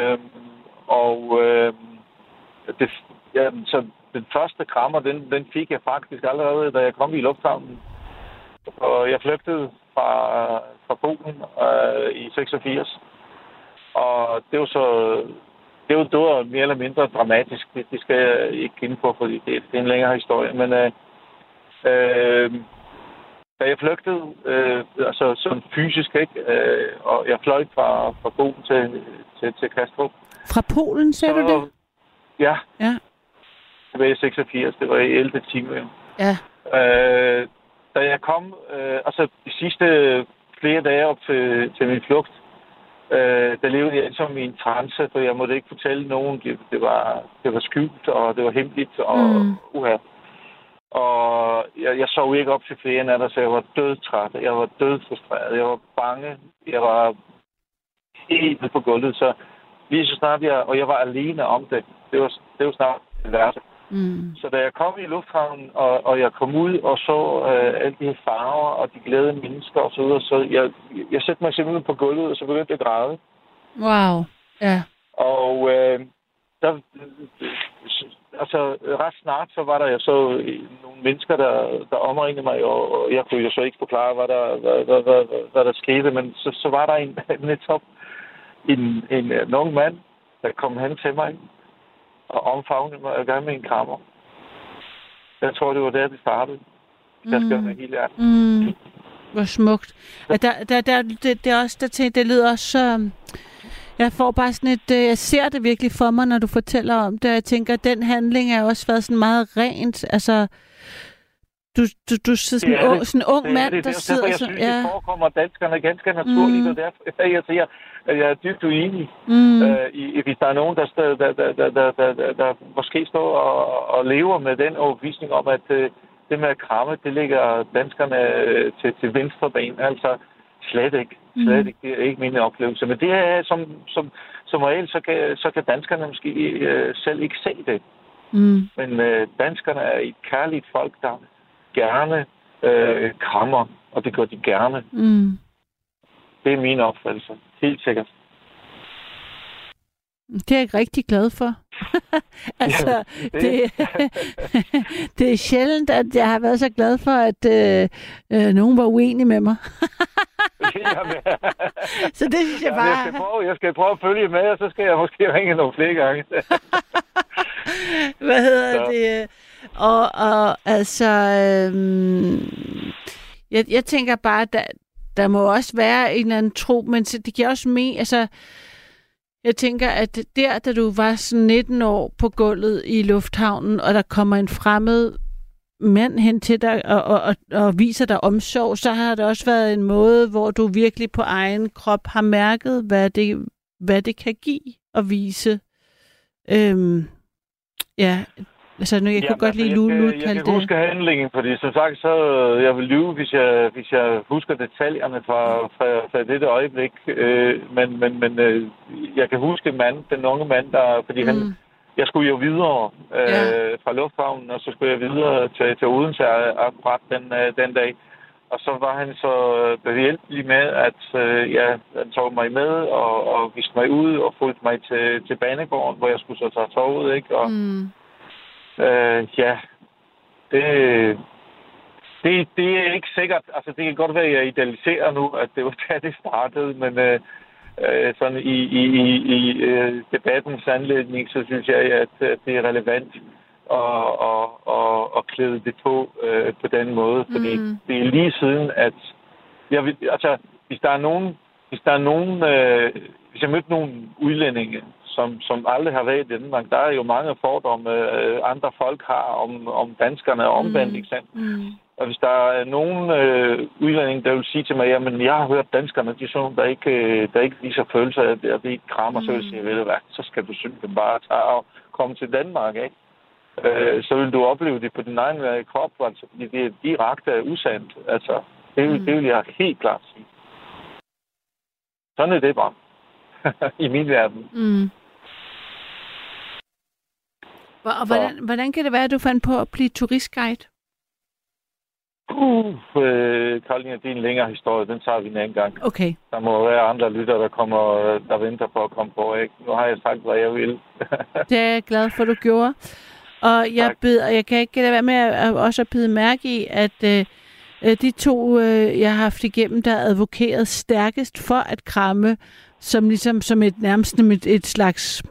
Så den første krammer, den fik jeg faktisk allerede, da jeg kom i lufthavnen. Og jeg flygtede fra Polen i 86. Og det var så... Det var mere eller mindre dramatisk. Det skal jeg ikke kende på, fordi det er en længere historie. Men da jeg flygtede, altså sådan fysisk, ikke? Og jeg fløj fra Polen til Kastrup. Fra Polen, sagde du det? Ja. Det var i 86. Det var i 11. time. Ja. Da jeg kom, altså de sidste flere dage op til min flugt, der levede jeg som i en trance, for jeg måtte ikke fortælle nogen. Det var skjult, og det var hemmeligt, og Og jeg sov ikke op til flere natter, så jeg var dødtræt. Jeg var dødfrustreret. Jeg var bange. Jeg var helt på gulvet. Så lige så snart jeg var alene om det. Det var snart det værste. Mm. Så da jeg kom i lufthavnen, og jeg kom ud og så alle de her farver og de glade mennesker og så videre, så jeg satte mig simpelthen på gulvet, og så begyndte jeg at græde. Wow. Ja. Og altså ret snart, så var der så nogle mennesker, der omringede mig, og jeg kunne jo så ikke forklare, hvad der skete, men så var der netop en ung mand, der kom hen til mig og omfavnede mig og gav mig en krammer. Jeg tror, det var der, det startede. Jeg skal være helt ærlig. Mm. Hvor smukt. Det er også, det lyder også... Jeg får bare sådan jeg ser det virkelig for mig, når du fortæller om det. Jeg tænker, at den handling er også været sådan meget rent. Altså, du er sådan en ung mand, der sidder... Jeg synes, det forekommer danskerne ganske naturligt, og derfor jeg siger, at jeg er dybt uenig. Hvis der er nogen, der måske står og lever med den overbevisning om, at det med at kramme, det ligger danskerne til venstre ben. Altså, Slet ikke. Slet ikke. Det er ikke min oplevelse. Men det er som regel, så kan danskerne måske selv ikke se det. Men danskerne er et kærligt folk, der gerne krammer, og det gør de gerne. Det er min opfattelse. Helt sikkert. Det er jeg rigtig glad for. Altså, ja, det er sjældent, at jeg har været så glad for, at nogen var uenige med mig. Så det synes jeg bare... Jeg skal prøve at følge med, og så skal jeg måske ringe nogle flere gange. Hvad hedder det? Og altså... Jeg tænker bare, at der må også være en eller anden tro, men det giver også med... Altså, jeg tænker, at da du var sådan 19 år på gulvet i lufthavnen, og der kommer en fremmed mand hen til dig og viser dig omsorg, så har det også været en måde, hvor du virkelig på egen krop har mærket, hvad det kan give at vise. Altså, jeg kunne godt lide Lulu kalde det. Jeg kan huske handlingen, fordi som sagt, så jeg vil lyve, hvis jeg husker detaljerne fra dette øjeblik. Men jeg kan huske den unge mand, fordi jeg skulle jo videre fra lufthavnen, og så skulle jeg videre til Odense akkurat den dag. Og så var han så behjælpelig med, at han tog mig med og viste mig ud og fulgte mig til banegården, hvor jeg skulle så tage toget, ikke? Og det er ikke sikkert. Altså, det kan godt være, at jeg idealiserer nu, at det var da det startede, men sådan i debattens anledning, så synes jeg, at det er relevant at klæde det på den måde, fordi det er lige siden, at hvis jeg mødte nogle udlændinge, som aldrig har været i Danmark. Der er jo mange fordomme, andre folk har om danskerne og omvendt, ikke sandt? Og hvis der er nogen udlændinge, der vil sige til mig, jamen, jeg har hørt danskerne, de er sådan, der ikke viser følelser af det, og det ikke krammer, så vil jeg sige, ved du hvad, så skal du simpelthen bare tage og komme til Danmark, ikke? Så vil du opleve det på din egen krop, altså, fordi det er direkte usandt. Altså, det vil jeg helt klart sige. Sådan er det bare. I min verden. Og hvordan kan det være, at du fandt på at blive turistguide? Kolding, det er en længere historie. Den tager vi en anden gang. Okay. Der må være andre lytter, der venter på at komme på. Ikke? Nu har jeg sagt, hvad jeg vil. Det er jeg glad for, du gjorde. Og jeg kan ikke lade være med at også bide mærke i, at de to, jeg har haft igennem, der er advokeret stærkest for at kramme, som nærmest et slags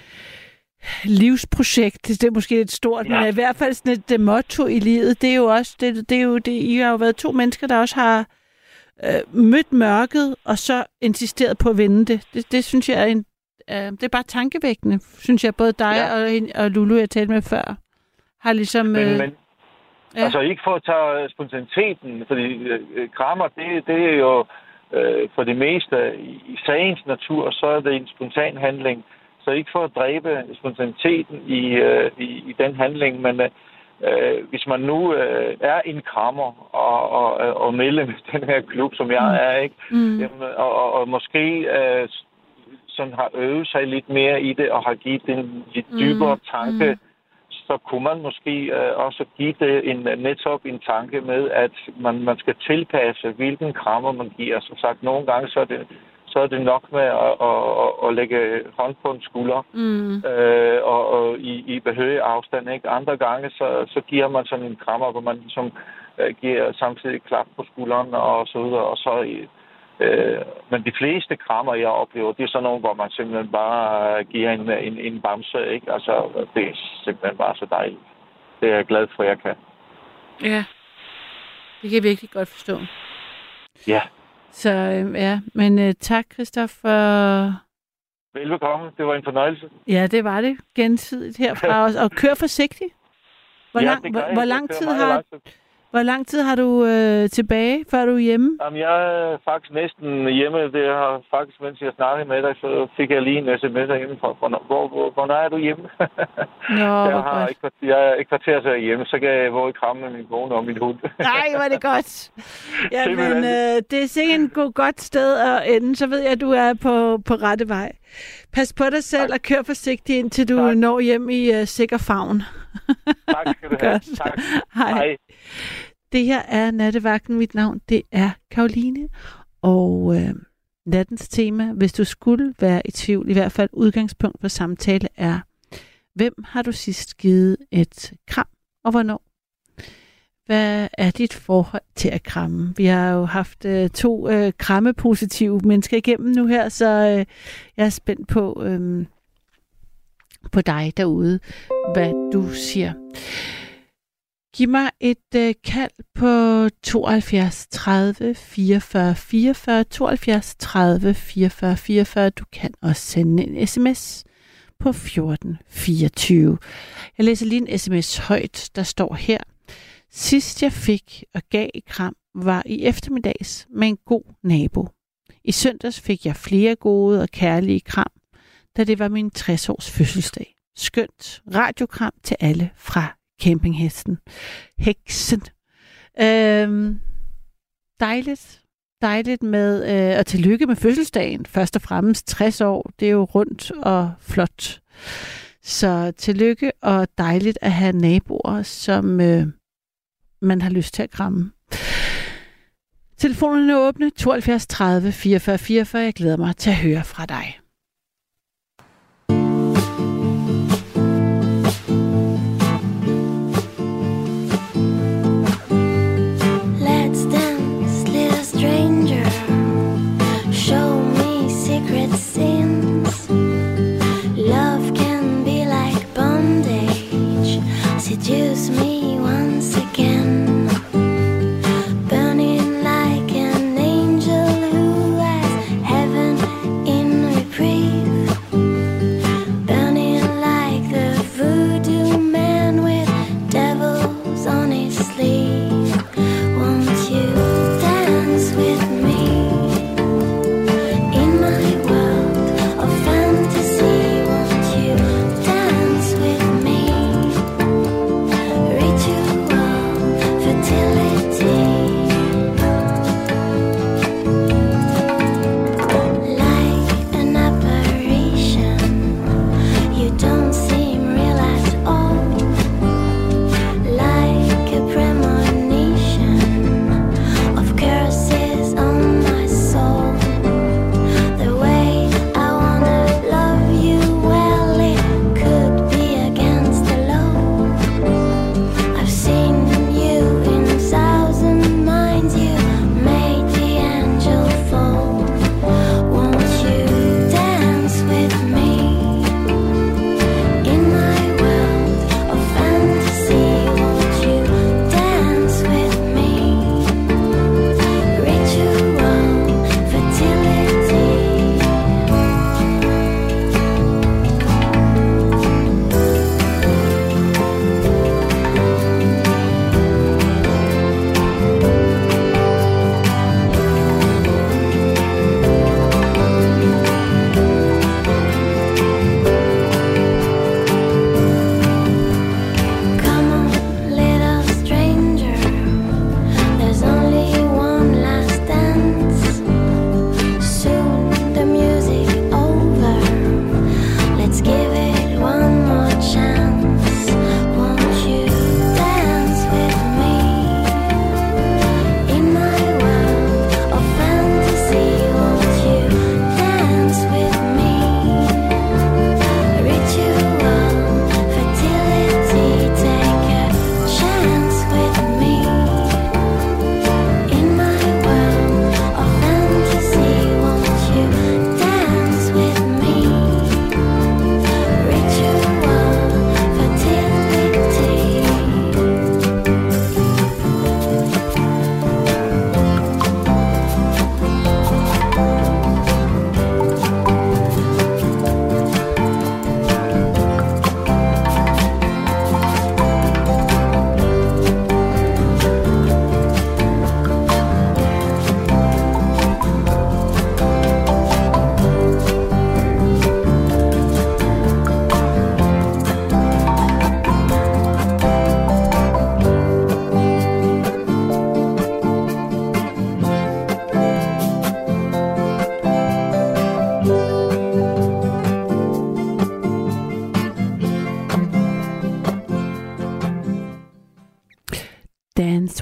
livsprojekt. Det er måske lidt stort, men i hvert fald sådan et motto i livet. Det er jo også, I har jo været to mennesker, der også har mødt mørket, og så insisteret på at vende det. Det synes jeg det er bare tankevækkende, synes jeg, både dig og Lulu, jeg talte med før, har ligesom... Men altså ikke for at tage spontaniteten, fordi krammer, det er jo for det meste i sagens natur, så er det en spontan handling. Så ikke for at dræbe spontaniteten i den handling, men hvis man nu er en krammer og medlem i den her klub, som jeg er, ikke? Jamen, og måske sådan har øvet sig lidt mere i det og har givet en lidt dybere tanke, så kunne man måske også give det netop en tanke med, at man skal tilpasse, hvilken krammer man giver. Som sagt, nogle gange så er det nok med at lægge hånd på en skulder og i behørig afstand. Ikke? Andre gange så giver man sådan en krammer, hvor man ligesom giver samtidig klap på skulderen og så videre. Og så, men de fleste krammer, jeg oplever, det er sådan nogle, hvor man simpelthen bare giver en bamse. Ikke? Altså, det er simpelthen bare så dejligt. Det er jeg glad for, jeg kan. Ja, det kan jeg virkelig godt forstå. Ja. Så men tak, Christopher. Velbekomme, det var en fornøjelse. Ja, det var det gensidigt herfra også. Og kør forsigtigt. Hvor lang tid har Hvor lang tid har du tilbage, før du er hjemme? Jamen, jeg er faktisk næsten hjemme. Det har faktisk, mens jeg snakkede med dig, så fik jeg lige en sms hjemmefra. Hvornår er du hjemme? Jeg er et kvarter så hjemme, så kan jeg våge i kramme med min kone og min hund. Nej, hvor er det godt. Jamen, det er sikkert en godt sted at ende. Så ved jeg, at du er på rette vej. Pas på dig selv og kør forsigtigt, indtil du når hjem i sikker favn. Tak skal du have. Tak. Hej. Det her er Nattevagten. Mit navn, det er Karoline. Og nattens tema, hvis du skulle være i tvivl, i hvert fald udgangspunkt for samtale, er: hvem har du sidst givet et kram, og hvornår? Hvad er dit forhold til at kramme? Vi har jo haft 2 krammepositive mennesker igennem nu her, så jeg er spændt på dig derude, hvad du siger. Giv mig et kald på 72 30 44 44, 72 30 44 44. Du kan også sende en sms på 1424. Jeg læser lige en sms højt, der står her: sidst jeg fik og gav et kram var i eftermiddags med en god nabo. I søndags fik jeg flere gode og kærlige kram, da det var min 60-års fødselsdag. Skønt radiokram til alle fra campinghesten. Heksen. Dejligt med, og tillykke med fødselsdagen. Først og fremmest 60 år, det er jo rundt og flot. Så tillykke, og dejligt at have naboer, som man har lyst til at kramme. Telefonerne er åbne, 72 30 44 44. Jeg glæder mig til at høre fra dig. Seduce me once again, burning like an angel who has heaven in reprieve.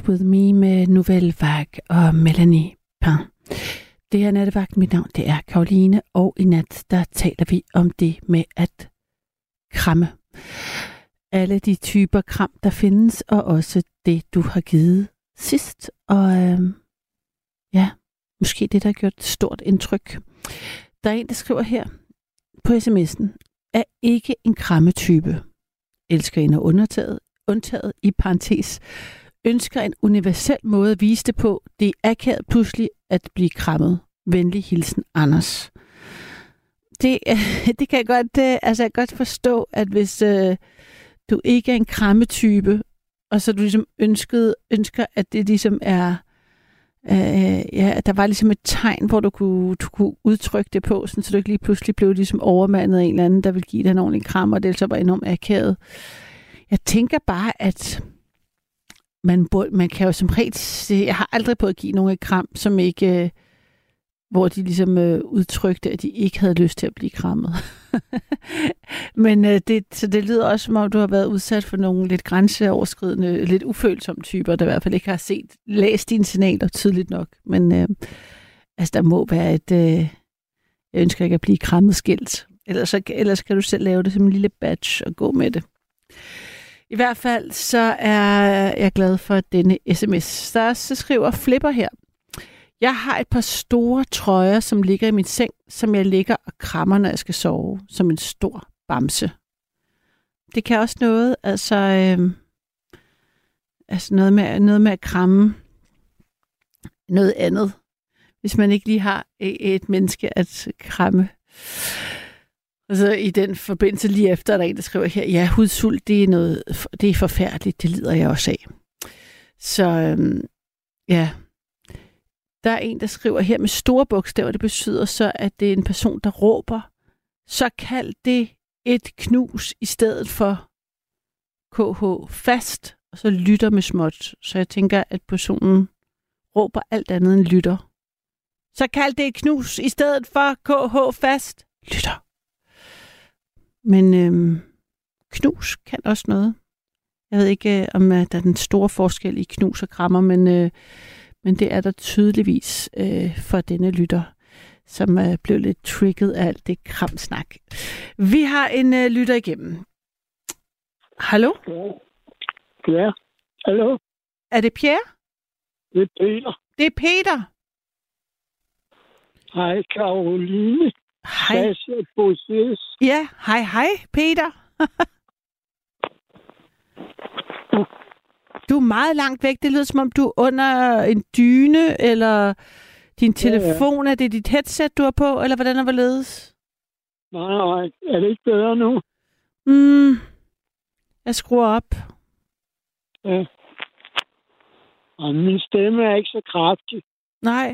With Me med Nouvelle Vague og Melanie Pain. Det her nattevagt, mit navn det er Karoline, og i nat der taler vi om det med at kramme. Alle de typer kram, der findes, og også det, du har givet sidst. Og ja, måske det, der har gjort et stort indtryk. Der er en, der skriver her på sms'en, er ikke en krammetype. Elsker en og undtaget i parentes. Ønsker en universel måde at vise det på. Det er akavet pludselig at blive krammet. Venlig hilsen, Anders. Det kan jeg godt, altså jeg kan godt forstå, at hvis du ikke er en krammetype, og så du ligesom ønsker, at det ligesom er, ja, der var ligesom et tegn, hvor du kunne udtrykke det på, sådan, så du ikke lige pludselig blev ligesom overmandet af en eller anden, der vil give dig en ordentlig kram, og det så var enormt akavet. Jeg tænker bare, at man kan jo som regel, jeg har aldrig prøvet at give nogen et kram, som ikke, hvor de ligesom udtrykte, at de ikke havde lyst til at blive krammet. Men så det lyder også, som om du har været udsat for nogle lidt grænseoverskridende, lidt ufølsomme typer, der i hvert fald ikke har læst dine signaler tydeligt nok. Men altså, der må være et, jeg ønsker ikke at blive krammet skilt. Ellers kan du selv lave det som en lille badge og gå med det. I hvert fald så er jeg glad for denne sms. Så skriver Flipper her. Jeg har et par store trøjer, som ligger i min seng, som jeg ligger og krammer, når jeg skal sove, som en stor bamse. Det kan også noget, altså noget med at kramme noget andet, hvis man ikke lige har et menneske at kramme. Og så i den forbindelse lige efter, er der en, der skriver her, ja, hudsult, det er forfærdeligt, det lider jeg også af. Så ja, der er en, der skriver her med store bogstaver, det betyder så, at det er en person, der råber, så kald det et knus i stedet for KH fast, og så lytter med småt. Så jeg tænker, at personen råber alt andet end lytter. Så kald det et knus i stedet for KH fast, lytter. Men knus kan også noget. Jeg ved ikke, om der er den store forskel i knus og krammer, men det er der tydeligvis for denne lytter, som blev lidt trigget af alt det kramsnak. Vi har en lytter igennem. Hallo? Ja, hallo? Er det Pierre? Det er Peter. Det er Peter. Hej, Karoline. Hej. Ja, hej Peter. Du er meget langt væk. Det lyder som om du er under en dyne, eller din telefon. Ja. Er det dit headset, du har på, eller hvordan er det ledes? Nej. Er det ikke bedre nu? Jeg skruer op. Ja. Og min stemme er ikke så kraftig. Nej.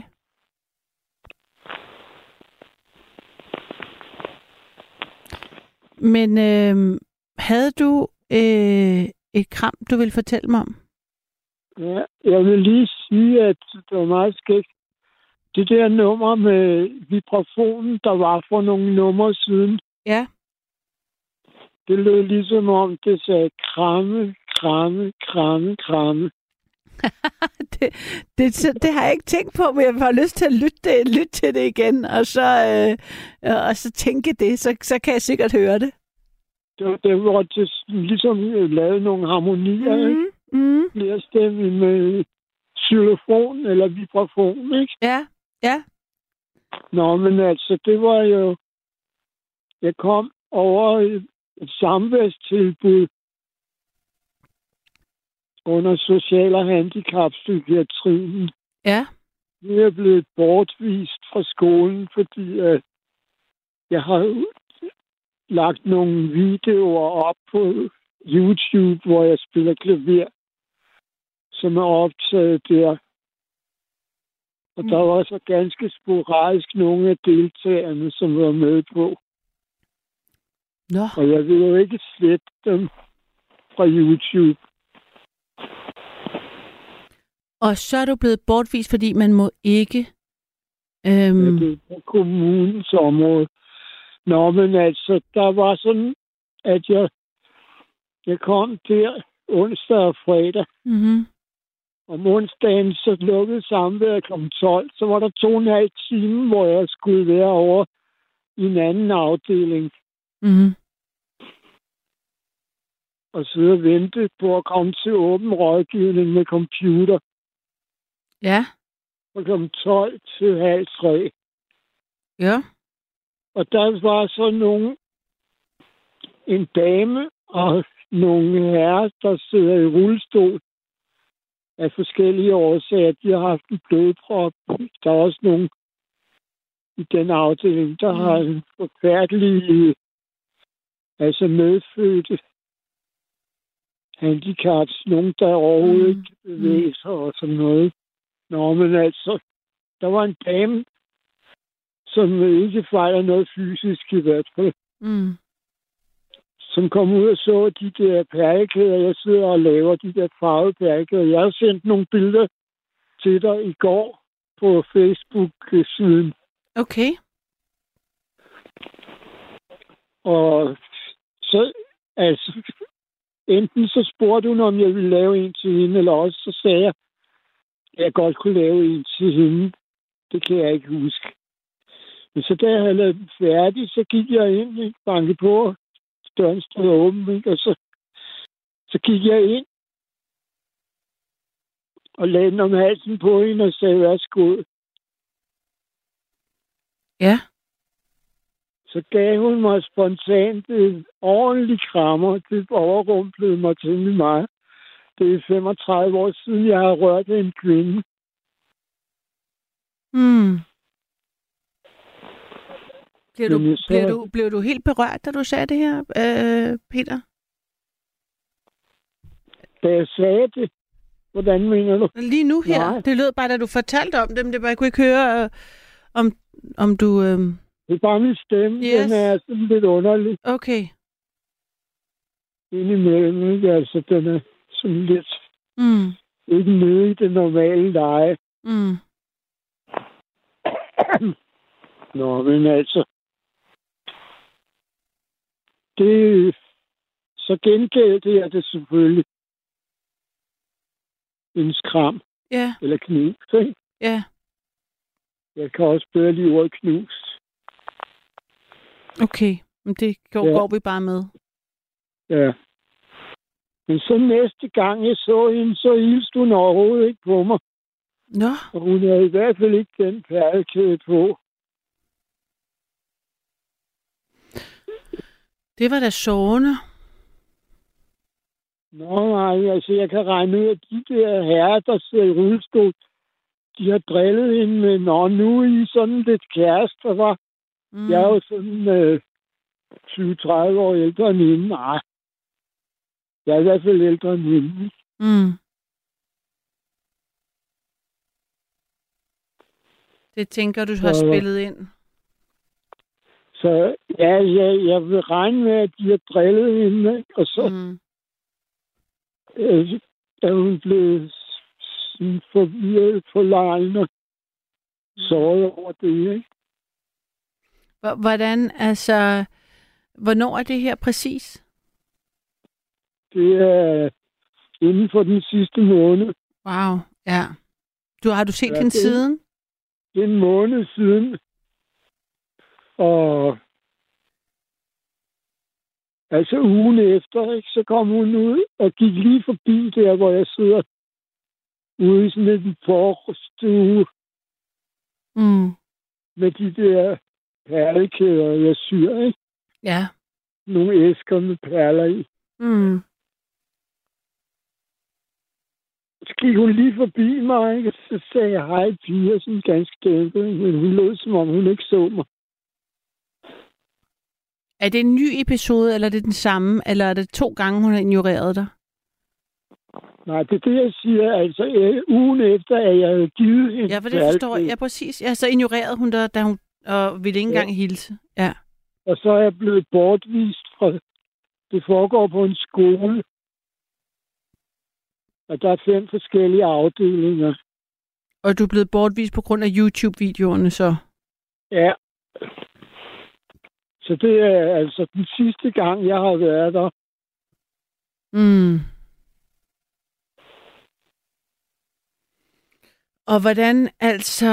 Men havde du et kram, du ville fortælle mig om? Ja, jeg vil lige sige, at det var meget skægt. Det der nummer med vibrafonen, der var for nogle numre siden. Ja. Det lød ligesom om, det sagde kramme, kramme, kramme, kramme. det har jeg ikke tænkt på, men jeg har lyst til at lytte til det igen, og så tænke det, så kan jeg sikkert høre det. Det var ligesom lavet nogle harmonier, ikke? Flere stemme med xylofon eller vibrafon, ikke? Ja. Nå, men altså, det var jo... Jeg kom over et samværstilbud under social- og handicappsykiatrien. Ja. Vi er blevet bortvist fra skolen, fordi jeg har lagt nogle videoer op på YouTube, hvor jeg spiller klaver, som er optaget der. Og der var så ganske sporadisk nogle af deltagerne, som var med på. Nå. Og jeg vil jo ikke slette dem fra YouTube. Og så er du blevet bortvist, fordi man må ikke... Ja, det er på kommunens område. Nå, men altså, der var sådan, at jeg kom der onsdag og fredag. Mm-hmm. Om onsdagen så lukkede samværet kl. 12. Så var der 2,5 timer, hvor jeg skulle være over i en anden afdeling. Mm. Og sidde og vente på at komme til åben rådgivning med computer. Ja. Fra kl. 12 til halv 3. Ja. Og der var så en dame og nogle herrer, der sidder i rullestol af forskellige årsager. De har haft en blodprop. Der er også nogen i den afdeling, der har en forfærdelig, medfødte handicaps. Nogen, der overhovedet ikke bevæger sig og sådan noget. Nå, men altså, der var en dame, som ikke fejler noget fysisk i hvert fald. Mm. Som kom ud og så de der perlekæder. Jeg sidder og laver de der farvede perlekæder. Jeg har sendt nogle billeder til dig i går på Facebook-siden. Okay. Og så, enten så spurgte hun, om jeg ville lave en til hende, eller også så sagde jeg, at jeg godt kunne lave en til hende. Det kan jeg ikke huske. Men så da jeg havde lavet den færdig, så gik jeg ind, bankede på, døren stod åben, ikke? Og så gik jeg ind og lagde den om halsen på hende og sagde, værsgo. Ja. Så gav hun mig spontant et ordentligt krammer. Det overrumplede mig temmelig meget. Det er 35 år siden, jeg har rørt en kvinde. Mm. Blev du helt berørt, da du sagde det her, Peter? Da jeg sagde det? Hvordan mener du? Lige nu her. Nej. Det lød bare, da du fortalte om det, men det var, jeg kunne ikke høre, om du... Det er bare min stemme. Yes. Den er sådan lidt underlig. Okay. Indimellem, ikke? Altså, den er sådan lidt... ikke nede i det normale leje. Mm. Nå, men altså... Det... Så gengældte jeg det selvfølgelig. En skram. Ja. Eller knus, ikke? Ja. Jeg kan også bedre lide ordet knust. Okay, men det går vi bare med. Ja. Men så næste gang jeg så hende, så hilste hun overhovedet ikke på mig. Nå. Og hun havde i hvert fald ikke den perlekæde på. Det var da sårende. Nå nej, altså jeg kan regne ud, at de der herrer, der sidder i rullestol, de har drillet hende med, nu er I sådan lidt kærester, var. Jeg er jo sådan 20-30 år ældre end hende. Nej, jeg er i hvert fald ældre end hende. Mm. Det tænker du har spillet ind. Så ja, jeg vil regne med, at de har drillet hende, og så er hun blevet sådan forvirret på lejen og såret over det, ikke? Hvordan, altså, hvornår er det her præcis? Det er inden for den sidste måned. Wow, ja. Har du set hende siden? Det er en måned siden. Og altså ugen efter, ikke, så kom hun ud og gik lige forbi der, hvor jeg sidder ude i sådan en forstue med de der perlekæder, jeg syr, ikke? Ja. Nogle æsker med perler i. Mm. Så gik hun lige forbi mig, ikke? Og så sagde jeg hej piger, sådan ganske dæmpet, men hun lød, som om hun ikke så mig. Er det en ny episode, eller er det den samme, eller er det 2 gange, hun har ignoreret dig? Nej, det er det, jeg siger. Altså, ugen efter, at jeg havde givet hende... Ja, for det forstår jeg. Ja, præcis. Ja, så ignorerede hun dig, da hun ville ikke engang hilse. Ja. Og så er jeg blevet bortvist fra... Det foregår på en skole. Og der er 5 forskellige afdelinger. Og du er blevet bortvist på grund af YouTube-videoerne, så? Ja. Så det er altså den sidste gang, jeg har været der. Mm. Og hvordan altså...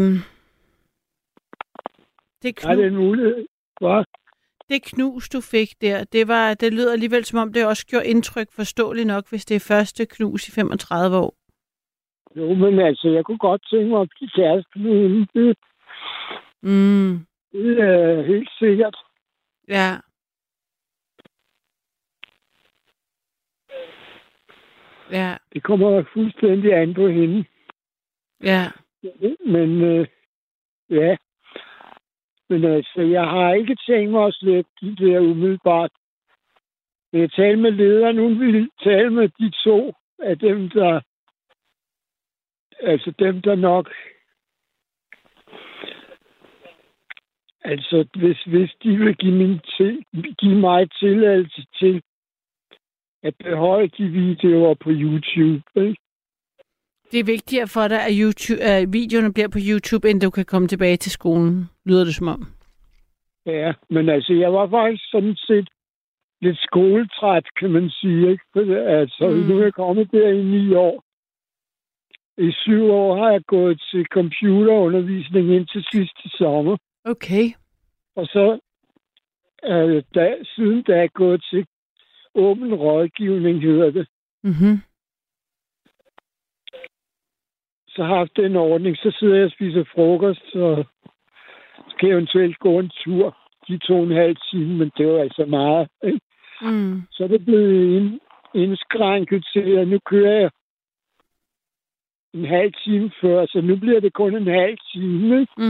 Er det en mulighed? Hvad? Det knus, du fik der, det lyder alligevel, som om det også gjorde indtryk forståeligt nok, hvis det er første knus i 35 år. Jo, men altså, jeg kunne godt tænke mig at blive kæreste med hende. Det er helt sikkert. Ja. Ja. Det kommer fuldstændig an på hende. Ja. Men ja. Men altså, jeg har ikke tænkt mig at slæbe de der umiddelbart. Men jeg talte med lederen, hun ville tale med de to af dem, der... Altså dem, der nok... Altså, hvis de vil give mig tilladelse til at beholde de videoer på YouTube, ikke? Det er vigtigere for dig, at videoerne bliver på YouTube, end du kan komme tilbage til skolen, lyder det som om. Ja, men altså, jeg var faktisk sådan set lidt skoletræt, kan man sige, ikke? Altså, nu er jeg kommet der i 9 år. I 7 år har jeg gået til computerundervisning indtil sidste sommer. Okay. Og så siden da er jeg gået til åben rådgivning, hedder det. Mhm. Så har jeg haft den ordning, så sidder jeg og spiser frokost, og skal jeg eventuelt gå en tur de 2,5 timer, men det var altså meget. Ikke? Så er det blevet indskrænket til, at nu kører jeg en halv time før, så nu bliver det kun en halv time. Ikke?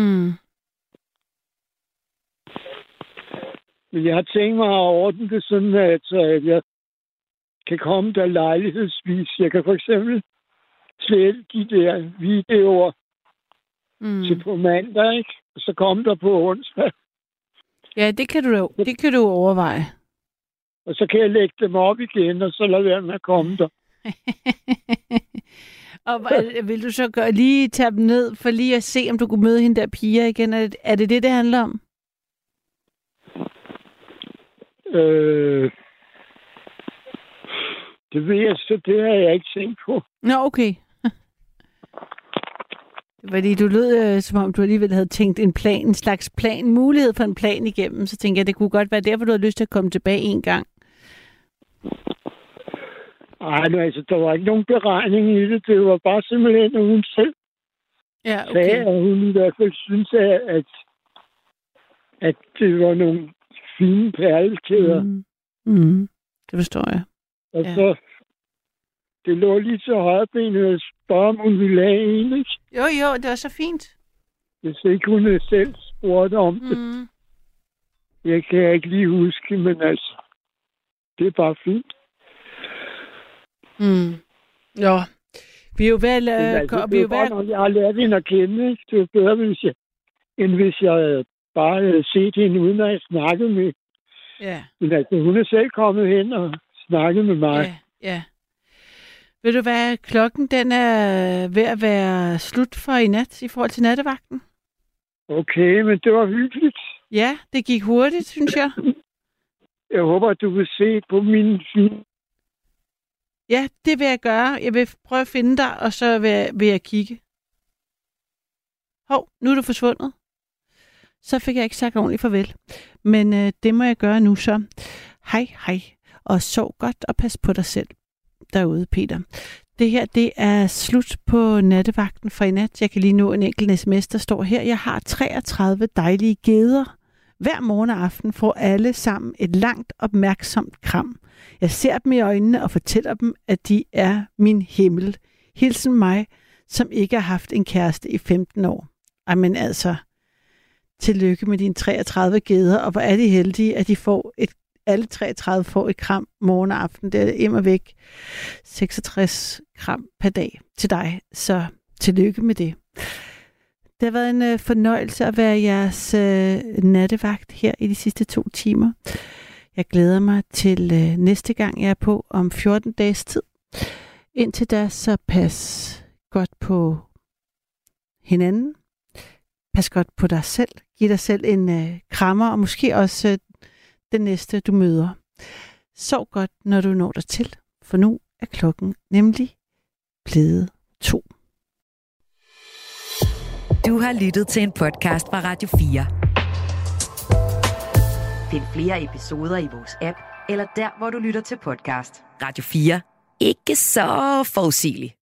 Men jeg har tænkt mig at ordne det sådan, at jeg kan komme der lejlighedsvis. Jeg kan for eksempel slette de der videoer til på mandag, ikke? Og så komme der på onsdag. Ja, det kan du overveje. Og så kan jeg lægge dem op igen, og så lade være med at komme der. Og vil du så lige tage dem ned, for lige at se, om du kunne møde hende der piger igen? Er det det handler om? Det ved jeg, så det har jeg ikke tænkt på. Nå, okay. Fordi du lød, som om du alligevel havde tænkt en slags mulighed for en plan igennem. Så tænker jeg, det kunne godt være derfor, du havde lyst til at komme tilbage en gang. Nej, altså, der var ikke nogen beregning i det. Det var bare simpelthen, at hun selv sagde, at hun i hvert fald synes, at det var nogle fine perlekæder. Det forstår jeg. Og så, det lå lige til højrebenet at spørge, om hun ville have en, ikke? Jo, det var så fint. Hvis ikke hun selv spurgte om det. Jeg kan ikke lige huske, men altså, det er bare fint. Ja, vi er jo vel... Jeg har lært hende at kende, ikke? Det var bedre, end hvis jeg havde bare havde set hende, uden at jeg snakkede med. Ja. Men altså, hun er selv kommet hen og snakket med mig. Ja. Ved du hvad, klokken den er ved at være slut for i nat i forhold til nattevagten? Okay, men det var hyggeligt. Ja, det gik hurtigt, synes jeg. Jeg håber, at du vil se på min film. Ja, det vil jeg gøre. Jeg vil prøve at finde dig, og så vil jeg kigge. Hov, nu er du forsvundet. Så fik jeg ikke sagt ordentligt farvel. Men det må jeg gøre nu så. Hej. Og sov godt og pas på dig selv derude, Peter. Det her, det er slut på nattevagten for i nat. Jeg kan lige nå en enkelt sms, der står her. Jeg har 33 dejlige geder. Hver morgen og aften får alle sammen et langt, opmærksomt kram. Jeg ser dem i øjnene og fortæller dem, at de er min himmel. Hilsen mig, som ikke har haft en kæreste i 15 år. Jamen altså, tillykke med dine 33 geder, og hvor er de heldige, at de får alle 33 får et kram morgen og aften. Det er immer væk 66 kram per dag til dig, så tillykke med det. Det har været en fornøjelse at være jeres nattevagt her i de sidste 2 timer. Jeg glæder mig til næste gang, jeg er på om 14 dages tid. Indtil da, så pas godt på hinanden. Pas godt på dig selv. Giv dig selv en krammer, og måske også den næste, du møder. Sov godt, når du når dig til, for nu er klokken nemlig blevet 2. Du har lyttet til en podcast fra Radio 4. Find flere episoder i vores app, eller der, hvor du lytter til podcast. Radio 4. Ikke så forudsigeligt.